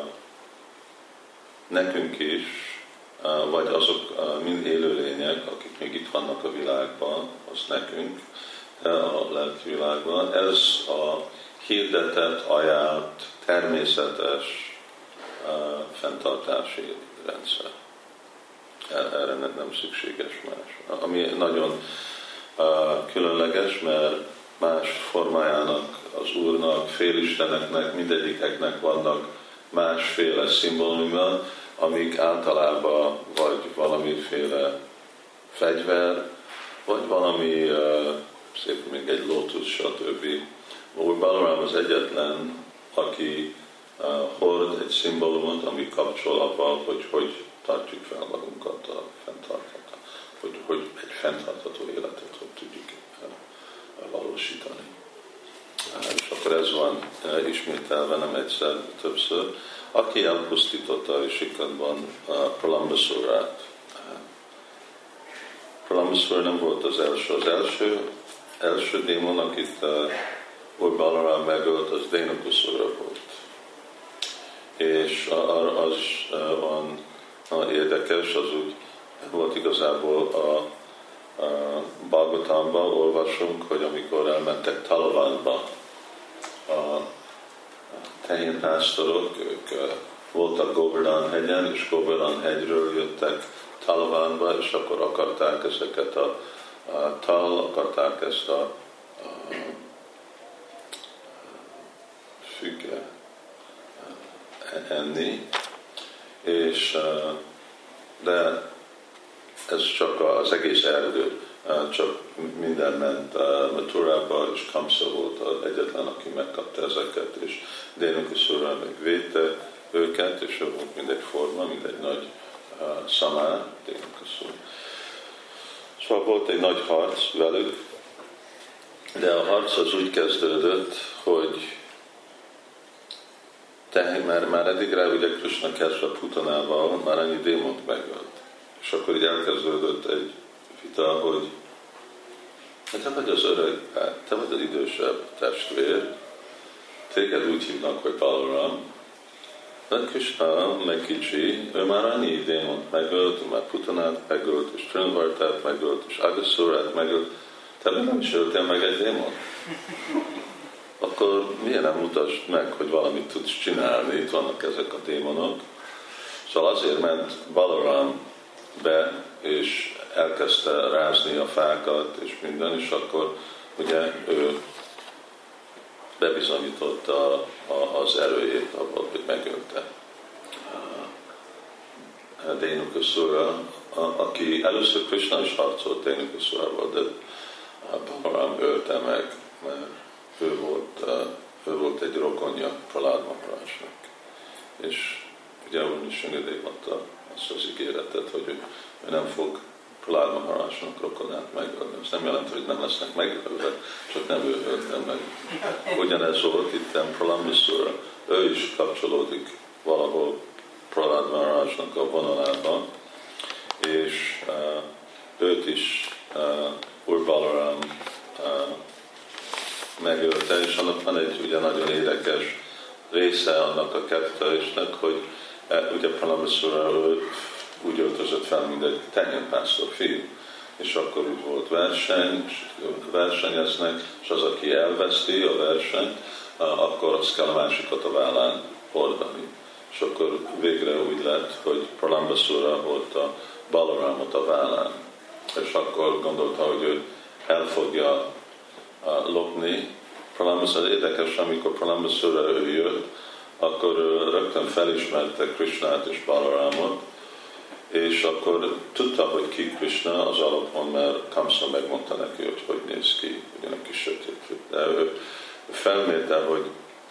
nekünk is, vagy azok mind élőlények, akik még itt vannak a világban, az nekünk, a lelki világban, ez a hirdetett, ajánlt, természetes fenntartási rendszer. Erre nem szükséges más. Ami nagyon különleges, mert más formájának, az Úrnak, félisteneknek, mindegyikeknek vannak másféle szimbóluma, amik általában vagy valamiféle fegyver, vagy valami szép még egy lótusz, stb. Úr Balaram az egyetlen, aki hord egy szimbólumot, ami kapcsol abban, hogy tartjuk fel magunkat a fenntartható, hogy egy fenntartható életet hogy tudjuk valósítani. És akkor ez van ismételve, nem egyszer, többször. Aki elpusztította a Rishikadban Pralambasúrát. Pralambasúr nem volt az első. Az első démon, akit Úr Balaram megölt, az Dénukuszura volt. És az van érdekes, az úgy volt igazából a Bhagavatamban olvasunk, hogy amikor elmentek Talavánba a tehénpásztorok, ők voltak Govardhan hegyen, és Govardhan hegyről jöttek Talavánba, és akkor akarták ezeket akarták ezt a függe enni, és de ez csak az egész erdő, csak minden ment Mathurába, és Kamsa volt az egyetlen, aki megkapta ezeket, és Dénukuszura meg védte őket, és ő volt mindegy forma, mindegy nagy szamár, Dénukuszura. Szóval volt egy nagy harc velük, de a harc az úgy kezdődött, hogy már eddig rá ugye Krishna kezdve Putanával már annyi démont megölt. És akkor így elkezdődött egy vita, hogy te vagy az öreg, te vagy az idősebb testvér, téged úgy hívnak, hogy Balaram, de Krishna meg kicsi, ő már annyi démont megölt, ő már Putanát megölt, és Trinavartát megölt, és Agasurát megölt, te még nem is öltél meg egy démont? Akkor miért nem mutasd meg, hogy valamit tudsz csinálni, itt vannak ezek a démonok. Szóval azért ment Balaram be, és elkezdte rázni a fákat, és minden, és akkor ugye ő bebizonyította az erőjét abban, hogy megölte Dénukuszura, aki először Krishna is harcolt Dénukuszurával, de Balaram ölte meg, mert ő volt egy rokonja Prahlad Maharajnak. És ugye Úr Nisringadev adta azt az ígéretet, hogy ő nem fog Prahlad Maharajnak rokonát megölni. Ez nem jelenti, hogy nem lesznek megölve, csak nem ő ölte meg. Ugyanez volt itt Pralambasura. Ő is kapcsolódik valahol Prahlad Maharajnak a vonalában, és őt is Úr Balaram megölte, és annak van egy ugye nagyon érdekes része annak a kettősnek, hogy ugye Pralambasura úgy öltözött fel, mint egy tehénpásztor fiú, és akkor úgy volt verseny, és versenyeznek, és az, aki elveszti a versenyt, akkor azt kell a másikat a vállán hordani. És akkor végre úgy lett, hogy Pralambasura hordta Balaramot a vállán. És akkor gondolta, hogy ő el fogja lopni. Pralambasura érdekes, amikor Pralambasura jött, akkor rögtön felismerte Krishnát és Balaramot, és akkor tudta, hogy ki Krishna az alapon, mert Kamsa megmondta neki, hogy hogy néz ki, ugyan a kis sötét. De ő felmérte, hogy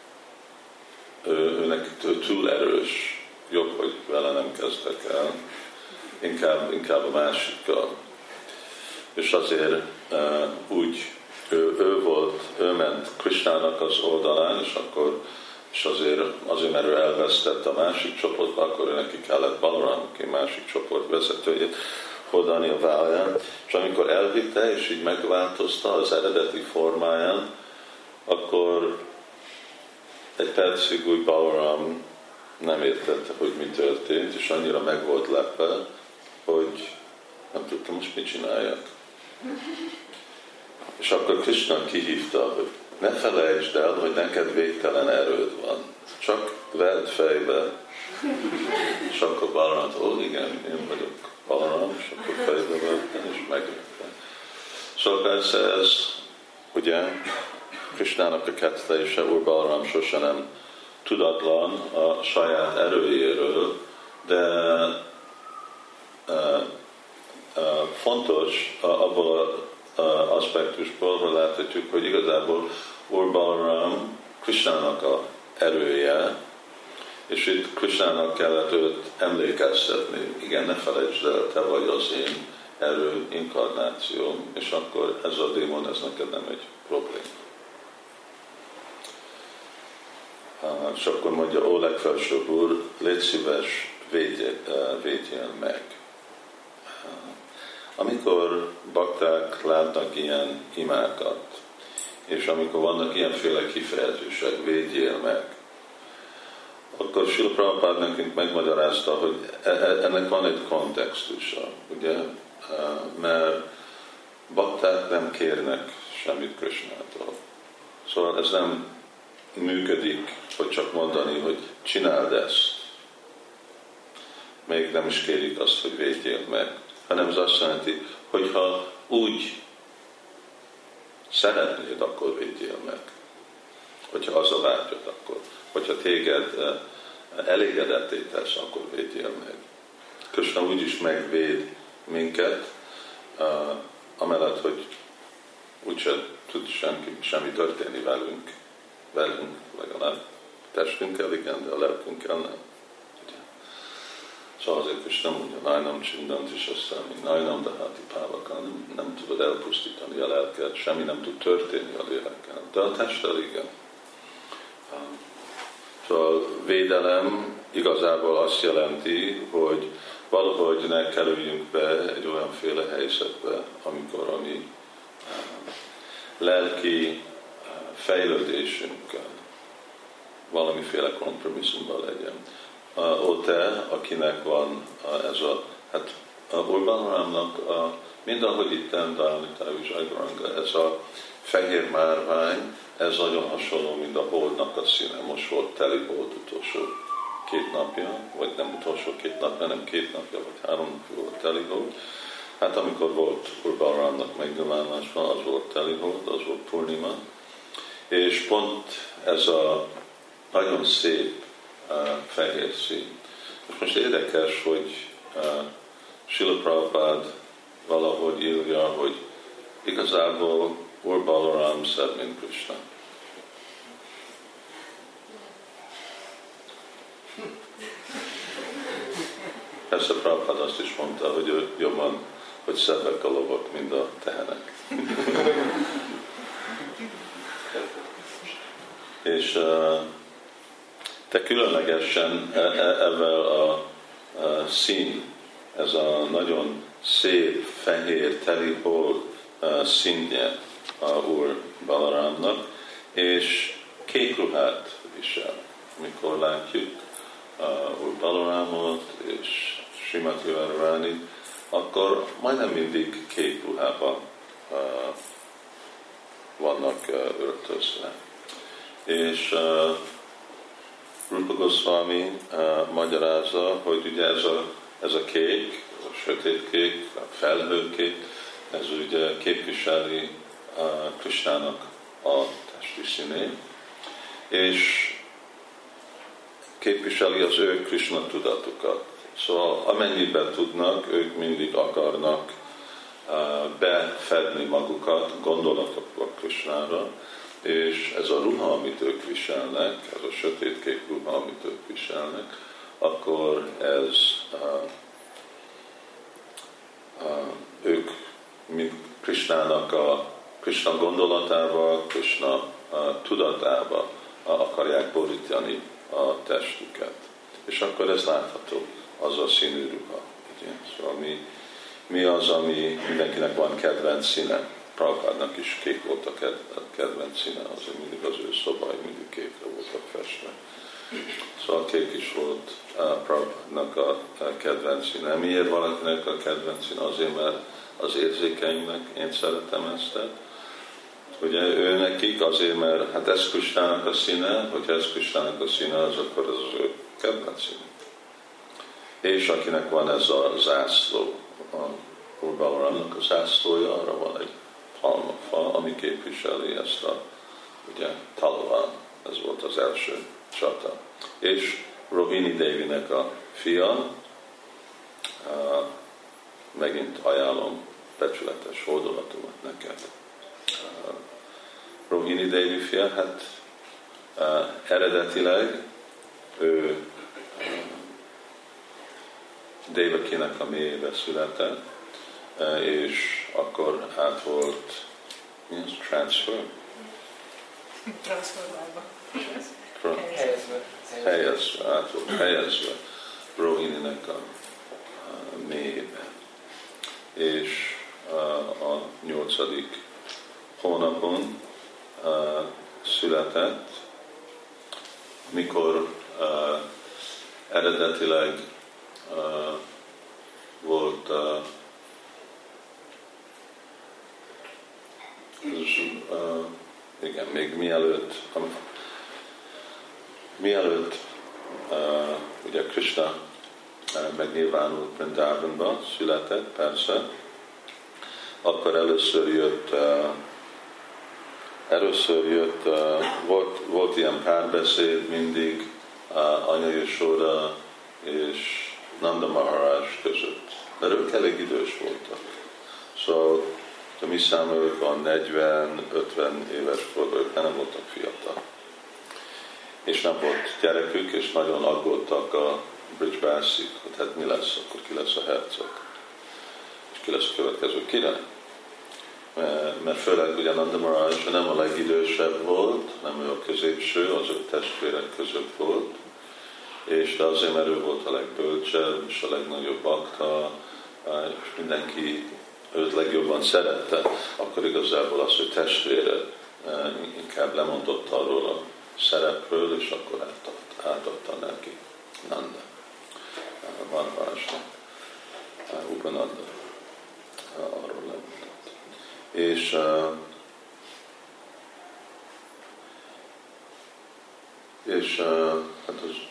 ő neki túl erős, jobb, hogy vele nem kezdek el, inkább a másikkal. És azért úgy ő ment Krishnának az oldalán, és azért, mert ő elvesztett a másik csoportba, akkor ő neki kellett Balaram, aki másik csoport vezetőjét hordani a vállán, és amikor elvitte, és így megváltozta az eredeti formáján, akkor egy percig úgy Balaram nem értette, hogy mi történt, és annyira meg volt lepve, hogy nem tudtam most mit csináljak. És akkor Krishna kihívta, hogy ne felejtsd el, hogy neked végtelen erőd van. Csak vedd fejbe. És akkor Balaram, igen, én vagyok Balaram, és akkor fejbe vettem, és megvettem. Szóval persze ez, ugye, Krishnának a kettelése, Úr Balaram sose nem tudatlan a saját erőjéről, de fontos abból az aspektusból, hogy láthatjuk, hogy igazából Úr Balaram Krishnának a erője, és itt Krishnának kellett őt emlékeztetni. Igen, ne felejtsd el, te vagy az én erő, inkarnációm, és akkor ez a démon, ez neked nem egy probléma. És akkor mondja, ó legfelsőbb úr, légy szíves, védjél meg. Amikor bakták látnak ilyen imákat, és amikor vannak ilyenféle kifejezések, védjél meg, akkor Srila Prabhupád nekünk megmagyarázta, hogy ennek van egy kontextusa, ugye? Mert bakták nem kérnek semmit Krishnától. Szóval ez nem működik, hogy csak mondani, hogy csináld ezt. Még nem is kérik azt, hogy védjél meg, hanem ez azt jelenti, hogy ha úgy szeretnéd, akkor védjél meg. Hogyha az a vágyad, akkor. Hogyha téged elégedetté tesz, akkor védjél meg. Krishna úgyis megvéd minket, amellett, hogy úgyse tud semmi történni velünk legalább testünkkel, igen, de a lelkünkkel nem. Szóval azért Krishna mondja, Nainam Csindant is aztán, mint Nainam Dahati Pávaka, nem tudod elpusztítani a lelket, semmi nem tud történni a lélekkel, de a testtel igen. Szóval védelem igazából azt jelenti, hogy valahogy ne kerüljünk be egy olyanféle helyzetbe, amikor a mi lelki fejlődésünkkel valamiféle kompromisszumban legyen. Ó te, akinek van ez hát Úr Balaramnak, mindahogy itt Dálnitájú Zsajgaranga, ez a fehér márvány, ez nagyon hasonló, mint a holdnak a színe. Most volt teli hold utolsó 2 napja, vagy nem utolsó 2 napja, nem 2 napja, vagy 3 napja volt teli hold. Hát amikor volt Úr Balaramnak megnyilvánulásban, az volt teli hold, az volt Purnima. És pont ez a nagyon szép fehér szín. Most érdekes, hogy Srila Prabhupád valahogy írja, hogy igazából Úr Balaram szebb, mint Krishna. Persze Prabhupád azt is mondta, hogy ő jobban, hogy szebbek a lovak, mint a tehenek. És te különlegesen ezzel a szín, ez a nagyon szép, fehér, teli hold színje a Úr Balaramnak, és kék ruhát visel. Mikor látjuk Úr Balaramot és Srimati Radharani, akkor majdnem mindig kék ruhában vannak öltözve. És Rupa Goswami magyarázza, hogy ugye ez a kék, a sötétkék, a felhőkék, ez ugye képviseli Krishnának a testi színét, és képviseli az ő Krishna tudatukat. Szóval amennyiben tudnak, ők mindig akarnak befedni magukat gondolatokba Krisnára, és ez a ruha, amit ők viselnek, ez a sötétkék ruha, amit ők viselnek, akkor ez ők, mint Krisnának Krishna gondolatával, Krishna tudatába akarják borítani a testüket. És akkor ez látható, az a színű ruha. Ugye? Szóval mi az, ami mindenkinek van kedvenc színe? Prabhupádnak is kék volt a kedvenc színe, azért mindig az ő szobái mindig kékre voltak festve. Szóval kék is volt Prabhupádnak a kedvenc színe. Miért valakinek a kedvenc színe? Azért, mert az érzékeimnek én szeretem ezt. Ugye ő nekik azért, mert hát ez Krisnának a színe, hogyha ez Krisnának a színe, az akkor az ő kedvenc színe. És akinek van ez a zászló, a Úr Balaramnak a zászlója, arra van egy palmafa, ami képviseli ezt a ugye, Talván, ez volt az első csata. És Rohini Devinek a fia, megint ajánlom becsületes hódolatomat neked. Rohini Devi fia, hát eredetileg ő Devakinek a mélyébe született, és akkor át volt transfer? Transformálva. Helyezve, át volt helyezve Rohininek a mélyébe. És a 8. hónapon született, mikor eredetileg volt igen, még mielőtt ugye Krishna megnyilvánult Vrindavanba, született persze, akkor először jött volt ilyen párbeszéd mindig Anya Yashoda és Nanda Maharaj között, mert ők elég idős voltak. Szóval a mi számomra van 40-50 éves volt, ők nem voltak fiatal. És nem volt gyerekük, és nagyon aggódtak a Brijbászik, hogy hát mi lesz, akkor ki lesz a herceg. És ki lesz a következő király. Mert főleg ugye Nanda Maharaj nem a legidősebb volt, nem ő a középső, az ő testvérek között volt, és de azért, mert ő volt a legbölcsebb, és a legnagyobb bakta, és mindenki őt legjobban szerette, akkor igazából az, hogy testvére inkább lemondott arról a szerepről, és akkor átadta neki Nanda, Maharajnak, Upananda, arról lemondott. És hát az,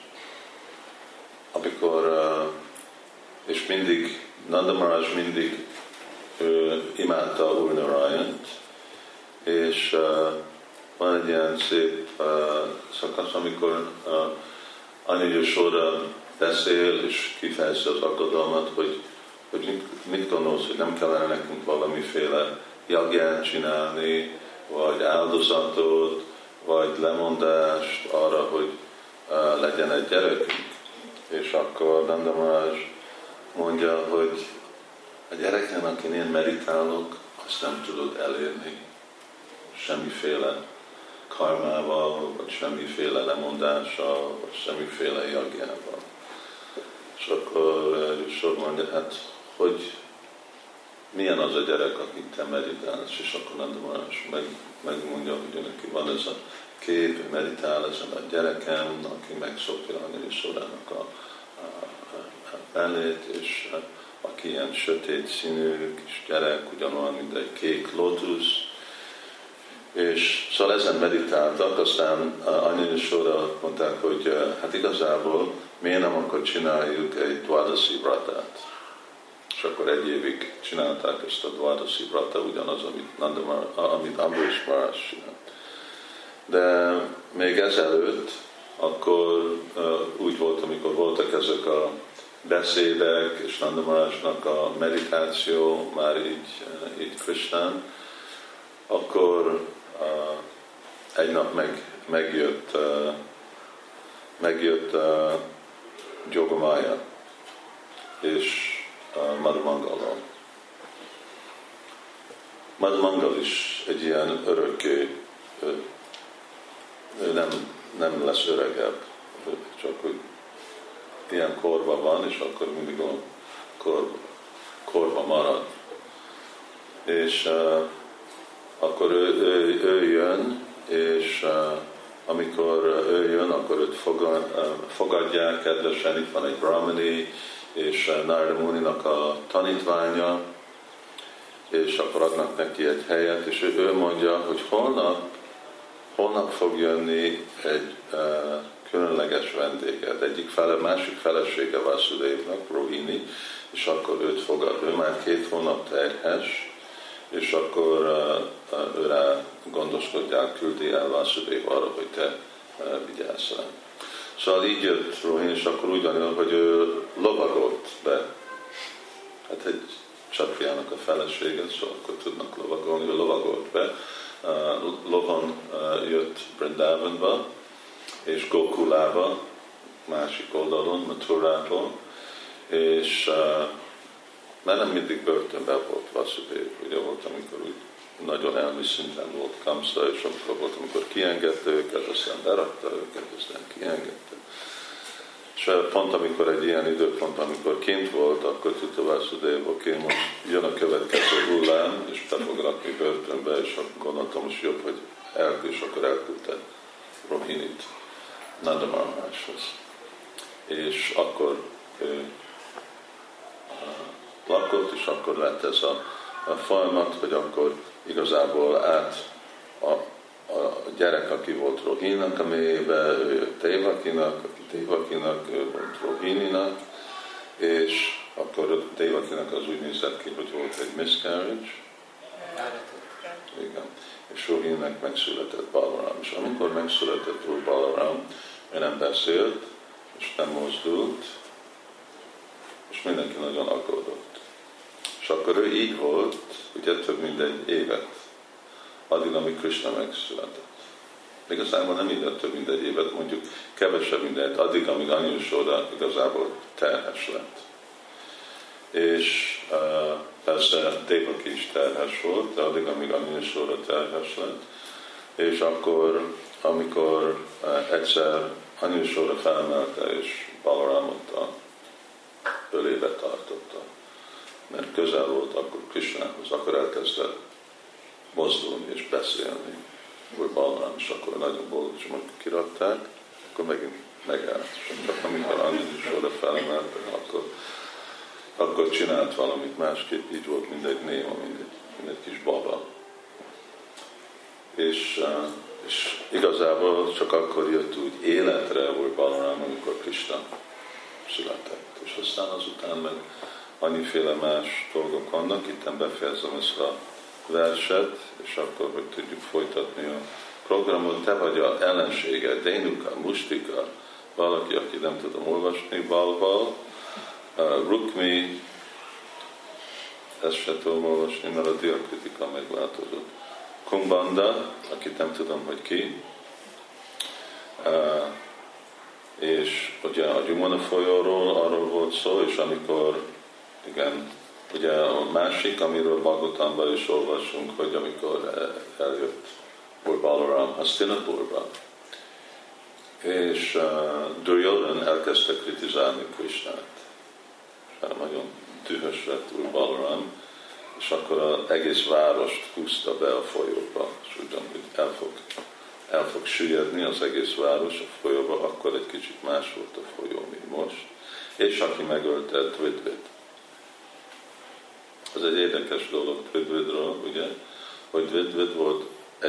amikor és mindig Nanda Maharaj mindig imádta Úr Narayant, és van egy ilyen szép szakasz, amikor Anya Yashoda beszél, és kifejezi az aggodalmat, hogy mit gondolsz, hogy nem kellene nekünk valamiféle jagját csinálni, vagy áldozatot, vagy lemondást arra, hogy legyen egy gyerekünk. És akkor Nanda Maharaj mondja, hogy a gyereken, akin én meditálok, azt nem tudod elérni semmiféle karmával, vagy semmiféle lemondással, vagy semmiféle jagjával. És akkor Yashoda mondja, hát, hogy milyen az a gyerek, akit te meditálsz, és akkor Nanda Maharaj megmondja, hogy neki van ez a kép, meditál ezen a gyereken, aki megszokja Anya Yashodának a mellét, és aki ilyen sötét színű kis gyerek, ugyanolyan, mint egy kék lótusz. És szóval ezen meditáltak, aztán Anya Yashoda mondták, hogy hát igazából miért nem akkor csináljuk egy Dvadasi Vratát. És akkor egy évig csinálták ezt a Dvadasi Vrata, ugyanaz, amit Ambarish Maharaj csinált. De még ezelőtt, akkor úgy volt, amikor voltak ezek a beszédek és Nanda Maharajnak a meditáció már így Krishnán, akkor egy nap megjött Jogamaya és Madhu Mangalon. Madhu Mangal is egy ilyen örökké, ő nem lesz öregebb, csak hogy ilyen korban van, és akkor mindig korban marad. És akkor ő jön, és amikor ő jön, akkor őt fogadják kedvesen, itt van egy brahmani, és Narada Muninak a tanítványa, és akkor adnak neki egy helyet, és ő mondja, hogy holnap fog jönni egy különleges vendéget. Másik felesége Vasudevnak, Rohini, és akkor őt fogad. Ő már 2 hónap terhes, és akkor őre gondoskodják, küldi el Vasudev arra, hogy te vigyázz rá. Szóval így jött Rohini, és akkor úgy van, hogy ő lovagolt be. Hát egy csatriának a felesége, szóval akkor tudnak lovagolni, ő lovagolt be. Lovon jött Vrindavanba, és Gokulába, másik oldalon, Mathurából, és már nem mindig börtönben volt Vasudev, ugye volt, amikor úgy nagyon elmi szinten volt Kamsa, és akkor volt, amikor kiengedte őket, aztán berakta őket, aztán kiengedte. És pont amikor egy ilyen időpont, amikor kint volt, akkor tudta Vasudev, oké, most jön a következő hullám, és be fog rakni börtönbe, és akkor gondoltam, most jobb, hogy és akkor elküldte Rohinit Nanda Maharajhoz. És akkor ő lakott, és akkor lett ez a folyamat, hogy akkor igazából a gyerek, aki volt Rohininak a mélyébe, ő jött Devakinak, aki Devakinak, ő volt Rohininak, és akkor Devakinak az úgy nézett ki, hogy volt egy miscarriage. Igen. És Rohininak megszületett Balaram. És amikor megszületett úr Balaram, ő nem beszélt, és nem mozdult, és mindenki nagyon aggódott. És akkor ő így volt, ugye több mint egy évet, addig, amíg Krishna megszületett. Igazából nem így több mint egy évet, mondjuk kevesebb mindent, addig, amíg Anyusóra igazából terhes lett. És persze Devaki is terhes volt, de addig, amíg Anyusóra terhes lett. És akkor, amikor egyszer Anyusóra felemelte, és Balaramot a ölébe tartotta, mert közel volt akkor Krishnához, akkor elkezdett mozdulni és beszélni. Úr Balaram, és akkor nagyon boldog, és amikor kirakták, akkor megint megállt. És csak amikor Anyusóra felemelte, akkor csinált valamit másképp, így volt, mint egy néma, mint egy kis baba. És igazából csak akkor jött úgy életre Úr Balaram, amikor Krishna született. És aztán azután meg annyiféle más dolgok vannak, itt befejezem ezt a verset, és akkor, hogy tudjuk folytatni a programot. Te vagy az ellensége, Dénuka, Mustika, valaki, aki nem tudom olvasni, Balval, Rukmi, ezt se tudom olvasni, mert a diakritika megváltozott. Kumbanda, akit nem tudom, hogy ki, és ugye a Jumana folyóról arról volt szó, és amikor, igen, ugye a másik, amiről Bhagavatamban is olvasunk, hogy amikor eljött Úr Balaram Hastinapurba, és Duryodhan elkezdte kritizálni Krishnát. Nagyon dühös lett Úr Balaram, és akkor az egész várost húzta be a folyóba, és ugyan, hogy el fog süllyedni az egész város a folyóba, akkor egy kicsit más volt a folyó, mint most. És aki megölte Dvidvid. Ez egy érdekes dolog Dvidvidről, ugye, hogy Dvidvid volt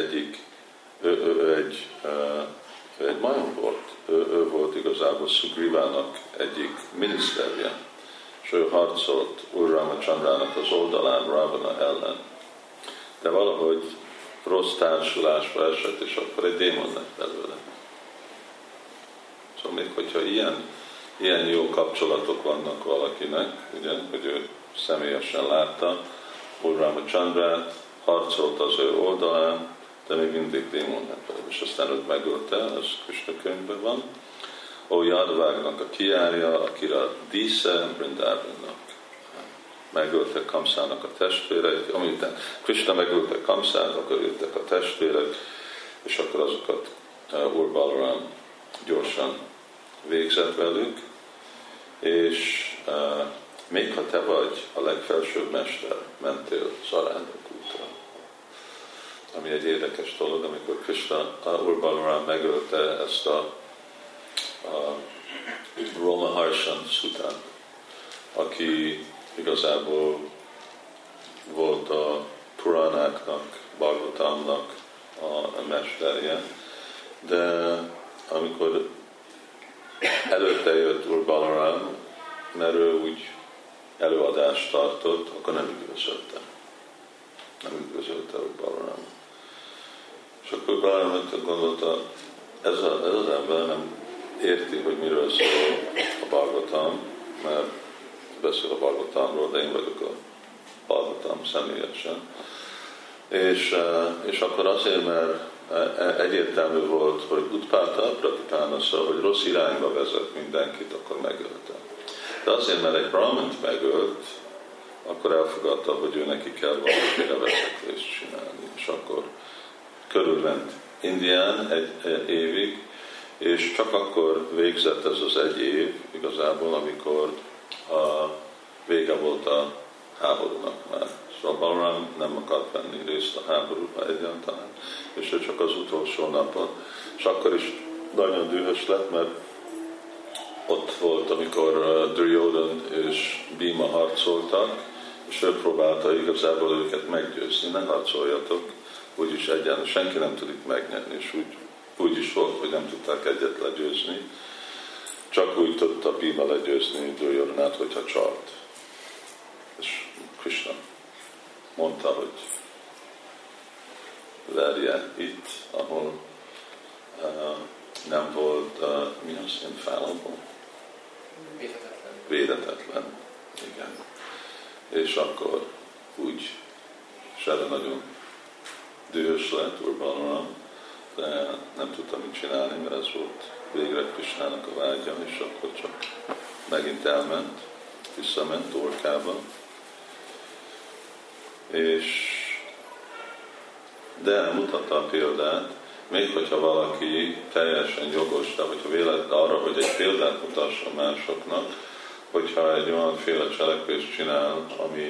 ő egy majom volt. Ő volt igazából Sugrivának egyik miniszterje. És ő harcolt Úr Ramachandrának az oldalán Ravana ellen. De valahogy rossz társulásba esett, és akkor egy démon lett belőle. Szóval még hogyha ilyen ilyen jó kapcsolatok vannak valakinek, ugye, hogy ő személyesen látta Úr Ramachandrát, harcolt az ő oldalán, de még mindig démonember, és aztán őt megölte, ez Krishna könyvben van. Ó Jadavágnak a kiárja, akire a dísze Vrindavannak. Megöltek Kamszának a testvérek, amiután Krishna megölte Kamszát, akkor jöttek a testvérek, és akkor azokat Úr Balaram gyorsan végzett velük, és még ha te vagy a legfelsőbb mester, mentél zarándok útra. Ami egy érdekes dolog, amikor Krishna, Úr Balaram megölte ezt a Romaharshan Sutát, aki igazából volt a Puránáknak, Bhagavatamnak a mesterje, de amikor előtte jött Úr Balaram, mert ő úgy előadást tartott, akkor nem üdvözölte. Nem üdvözölte Úr Balaram. És akkor Balaram gondolta, ez az ember nem érti, hogy miről szól a Bhagavatam, mert beszél a Bhagavatamról, de én vagyok a Bhagavatam személyesen. És akkor azért, mert egyértelmű volt, hogy Utpáta Pratipánasza, hogy rossz irányba vezet mindenkit, akkor megölte. De azért, mert egy brahmant megölt, akkor elfogadta, hogy ő neki kell valamiféle vezetlést csinálni. És akkor körülment Indián egy évig, és csak akkor végzett ez az egy év igazából, amikor vége volt a háborúnak már. Szóval Balaram nem akart venni részt a háborúban egyáltalán, és ő csak az utolsó napon. És akkor is nagyon dühös lett, mert ott volt, amikor Duryodhan és Bhima harcoltak, és ő próbálta igazából őket meggyőzni, ne harcoljatok, úgyis egyenlő, senki nem tud itt megnyerni, és úgy is volt, hogy nem tudták egyet legyőzni, csak úgy tudta Bhima legyőzni Duryodhanát, hogyha csalt. És Krishna mondta, hogy verje itt, ahol nem volt, mi az ilyen fálalból? Védetetlen. Védetetlen, igen. És akkor úgy, és erre nagyon dühös lett Úr Balaram, de nem tudta mit csinálni, mert ez volt végre Krishnának a vágya, és akkor csak megint elment, visszament Dwarkába. De mutatta a példát, még hogyha valaki teljesen jogos, de hogyha véletlen arra, hogy egy példát mutasson másoknak, hogyha egy olyanféle cselekvést csinál,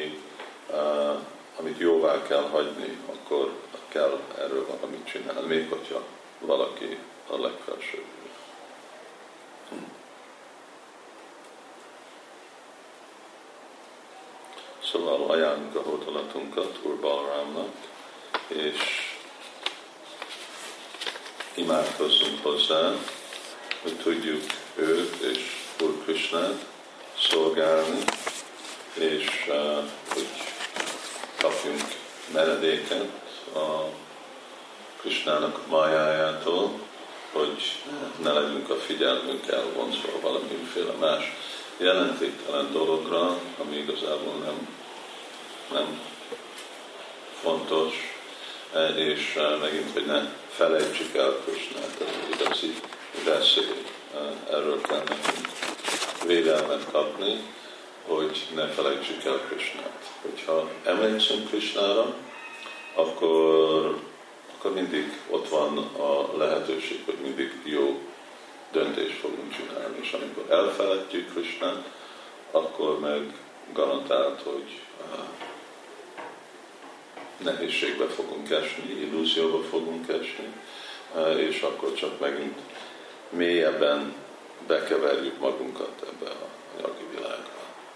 amit jóvá kell hagyni, akkor kell erről valamit csinálni, még hogyha valaki a legfelsőbb. Szóval ajánljuk a hódolatunkat Úr Balaramnak, és imádkozzunk hozzá, hogy tudjuk őt és Úr Krishnát szolgálni, és hogy kapjunk menedéket a Krishnának a májájától, hogy ne legyünk a figyelmünk elvonzva valamiféle más jelentéktelen dologra, ami igazából nem fontos, és megint, hogy ne felejtsük el Krishnát, ez az igazi veszély. Erről kell nekünk védelmet kapni, hogy ne felejtsük el Krishnát. Hogyha emlékszünk Krishnára, akkor mindig ott van a lehetőség, hogy mindig jó döntést fogunk csinálni. És amikor elfelejtjük Krishnát, akkor meg garantált, hogy nehézségbe fogunk esni, illúzióba fogunk esni, és akkor csak megint mélyebben bekeverjük magunkat ebbe a anyagi világba.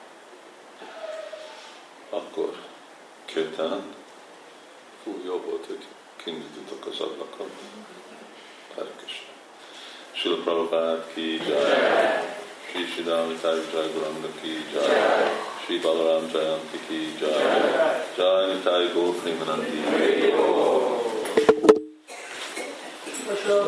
Akkor Kirtán, jó volt, hogy kinyitottak az ablakot. Hare-Krishna. Srila Prabhupád ki jai, Sri Siddhanta Jaguranga ki jai, Sri Balaram Jayanti ki jai, Jai Nitai Gaur Premanandi.